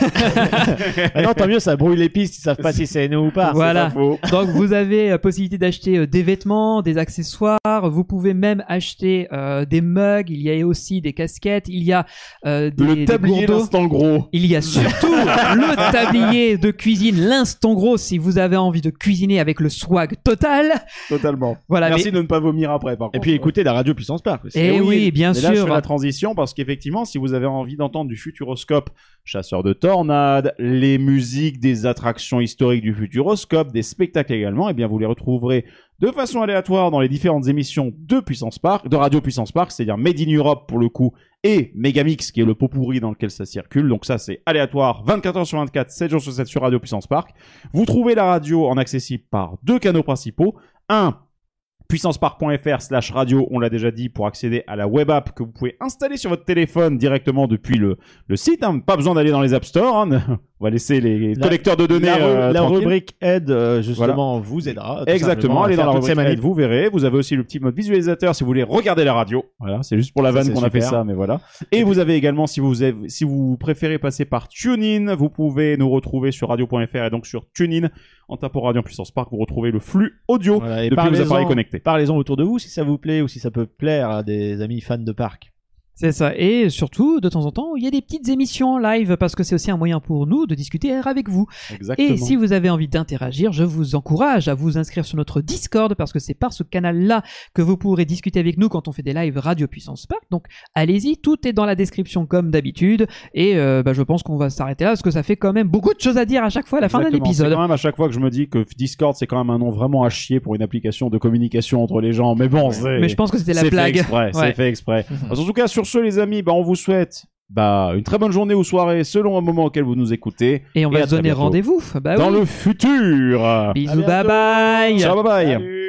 Non, tant mieux, ça brouille les pistes, ils savent pas si c'est nous ou pas. Voilà. Donc vous avez possibilité d'acheter des vêtements, des accessoires. Vous pouvez même acheter des mugs. Il y a aussi des casquettes. Il y a le tablier l'instant gros. Il y a surtout le tablier de cuisine, l'instant gros, si vous avez envie de cuisiner avec le swag total. Totalement. Voilà. Merci de ne pas vomir après, par contre. Et puis écoutez la radio Puissance Park aussi. Et oui, bien sûr. Là, je fais la transition parce qu'effectivement, si vous avez envie d'entendre du Futuroscope, chasseur de tornades, les musiques des attractions historiques du Futuroscope, des spectacles également, eh bien vous les retrouverez de façon aléatoire dans les différentes émissions de Puissance Park, de Radio Puissance Park, c'est-à-dire Made in Europe pour le coup, et Megamix qui est le pot pourri dans lequel ça circule. Donc ça c'est aléatoire, 24h sur 24, 7 jours sur 7 sur Radio Puissance Park. Vous trouvez la radio en accessible par 2 canaux principaux. Un, puissancepark.fr/radio, on l'a déjà dit, pour accéder à la web app que vous pouvez installer sur votre téléphone directement depuis le site. Hein. Pas besoin d'aller dans les App Store. Hein. On va laisser les collecteurs de données. La tranquilles. rubrique aide, justement, vous aidera. Exactement. Allez dans la rubrique aide, vous verrez. Vous avez aussi le petit mode visualisateur si vous voulez regarder la radio. Voilà, c'est juste pour la vanne qu'on a fait ça, mais voilà. Et vous avez également, si vous préférez passer par TuneIn, vous pouvez nous retrouver sur radio.fr et donc sur TuneIn. En tapant Radio Puissance Park, vous retrouvez le flux audio depuis vos appareils connectés. Parlez-en autour de vous si ça vous plaît ou si ça peut plaire à des amis fans de parc. C'est ça. Et surtout, de temps en temps, il y a des petites émissions en live parce que c'est aussi un moyen pour nous de discuter avec vous. Exactement. Et si vous avez envie d'interagir, je vous encourage à vous inscrire sur notre Discord parce que c'est par ce canal-là que vous pourrez discuter avec nous quand on fait des lives Radio Puissance Park. Donc, allez-y, tout est dans la description comme d'habitude. Et je pense qu'on va s'arrêter là parce que ça fait quand même beaucoup de choses à dire à chaque fois à la fin d'un épisode. C'est quand même à chaque fois que je me dis que Discord, c'est quand même un nom vraiment à chier pour une application de communication entre les gens. Mais bon, mais je pense que c'était la blague. C'est fait exprès. En tout cas, sur ce, les amis, on vous souhaite une très bonne journée ou soirée selon un moment auquel vous nous écoutez. Et on va se donner rendez-vous dans le futur. Bisous, bye bye. Ciao, bye bye. Salut.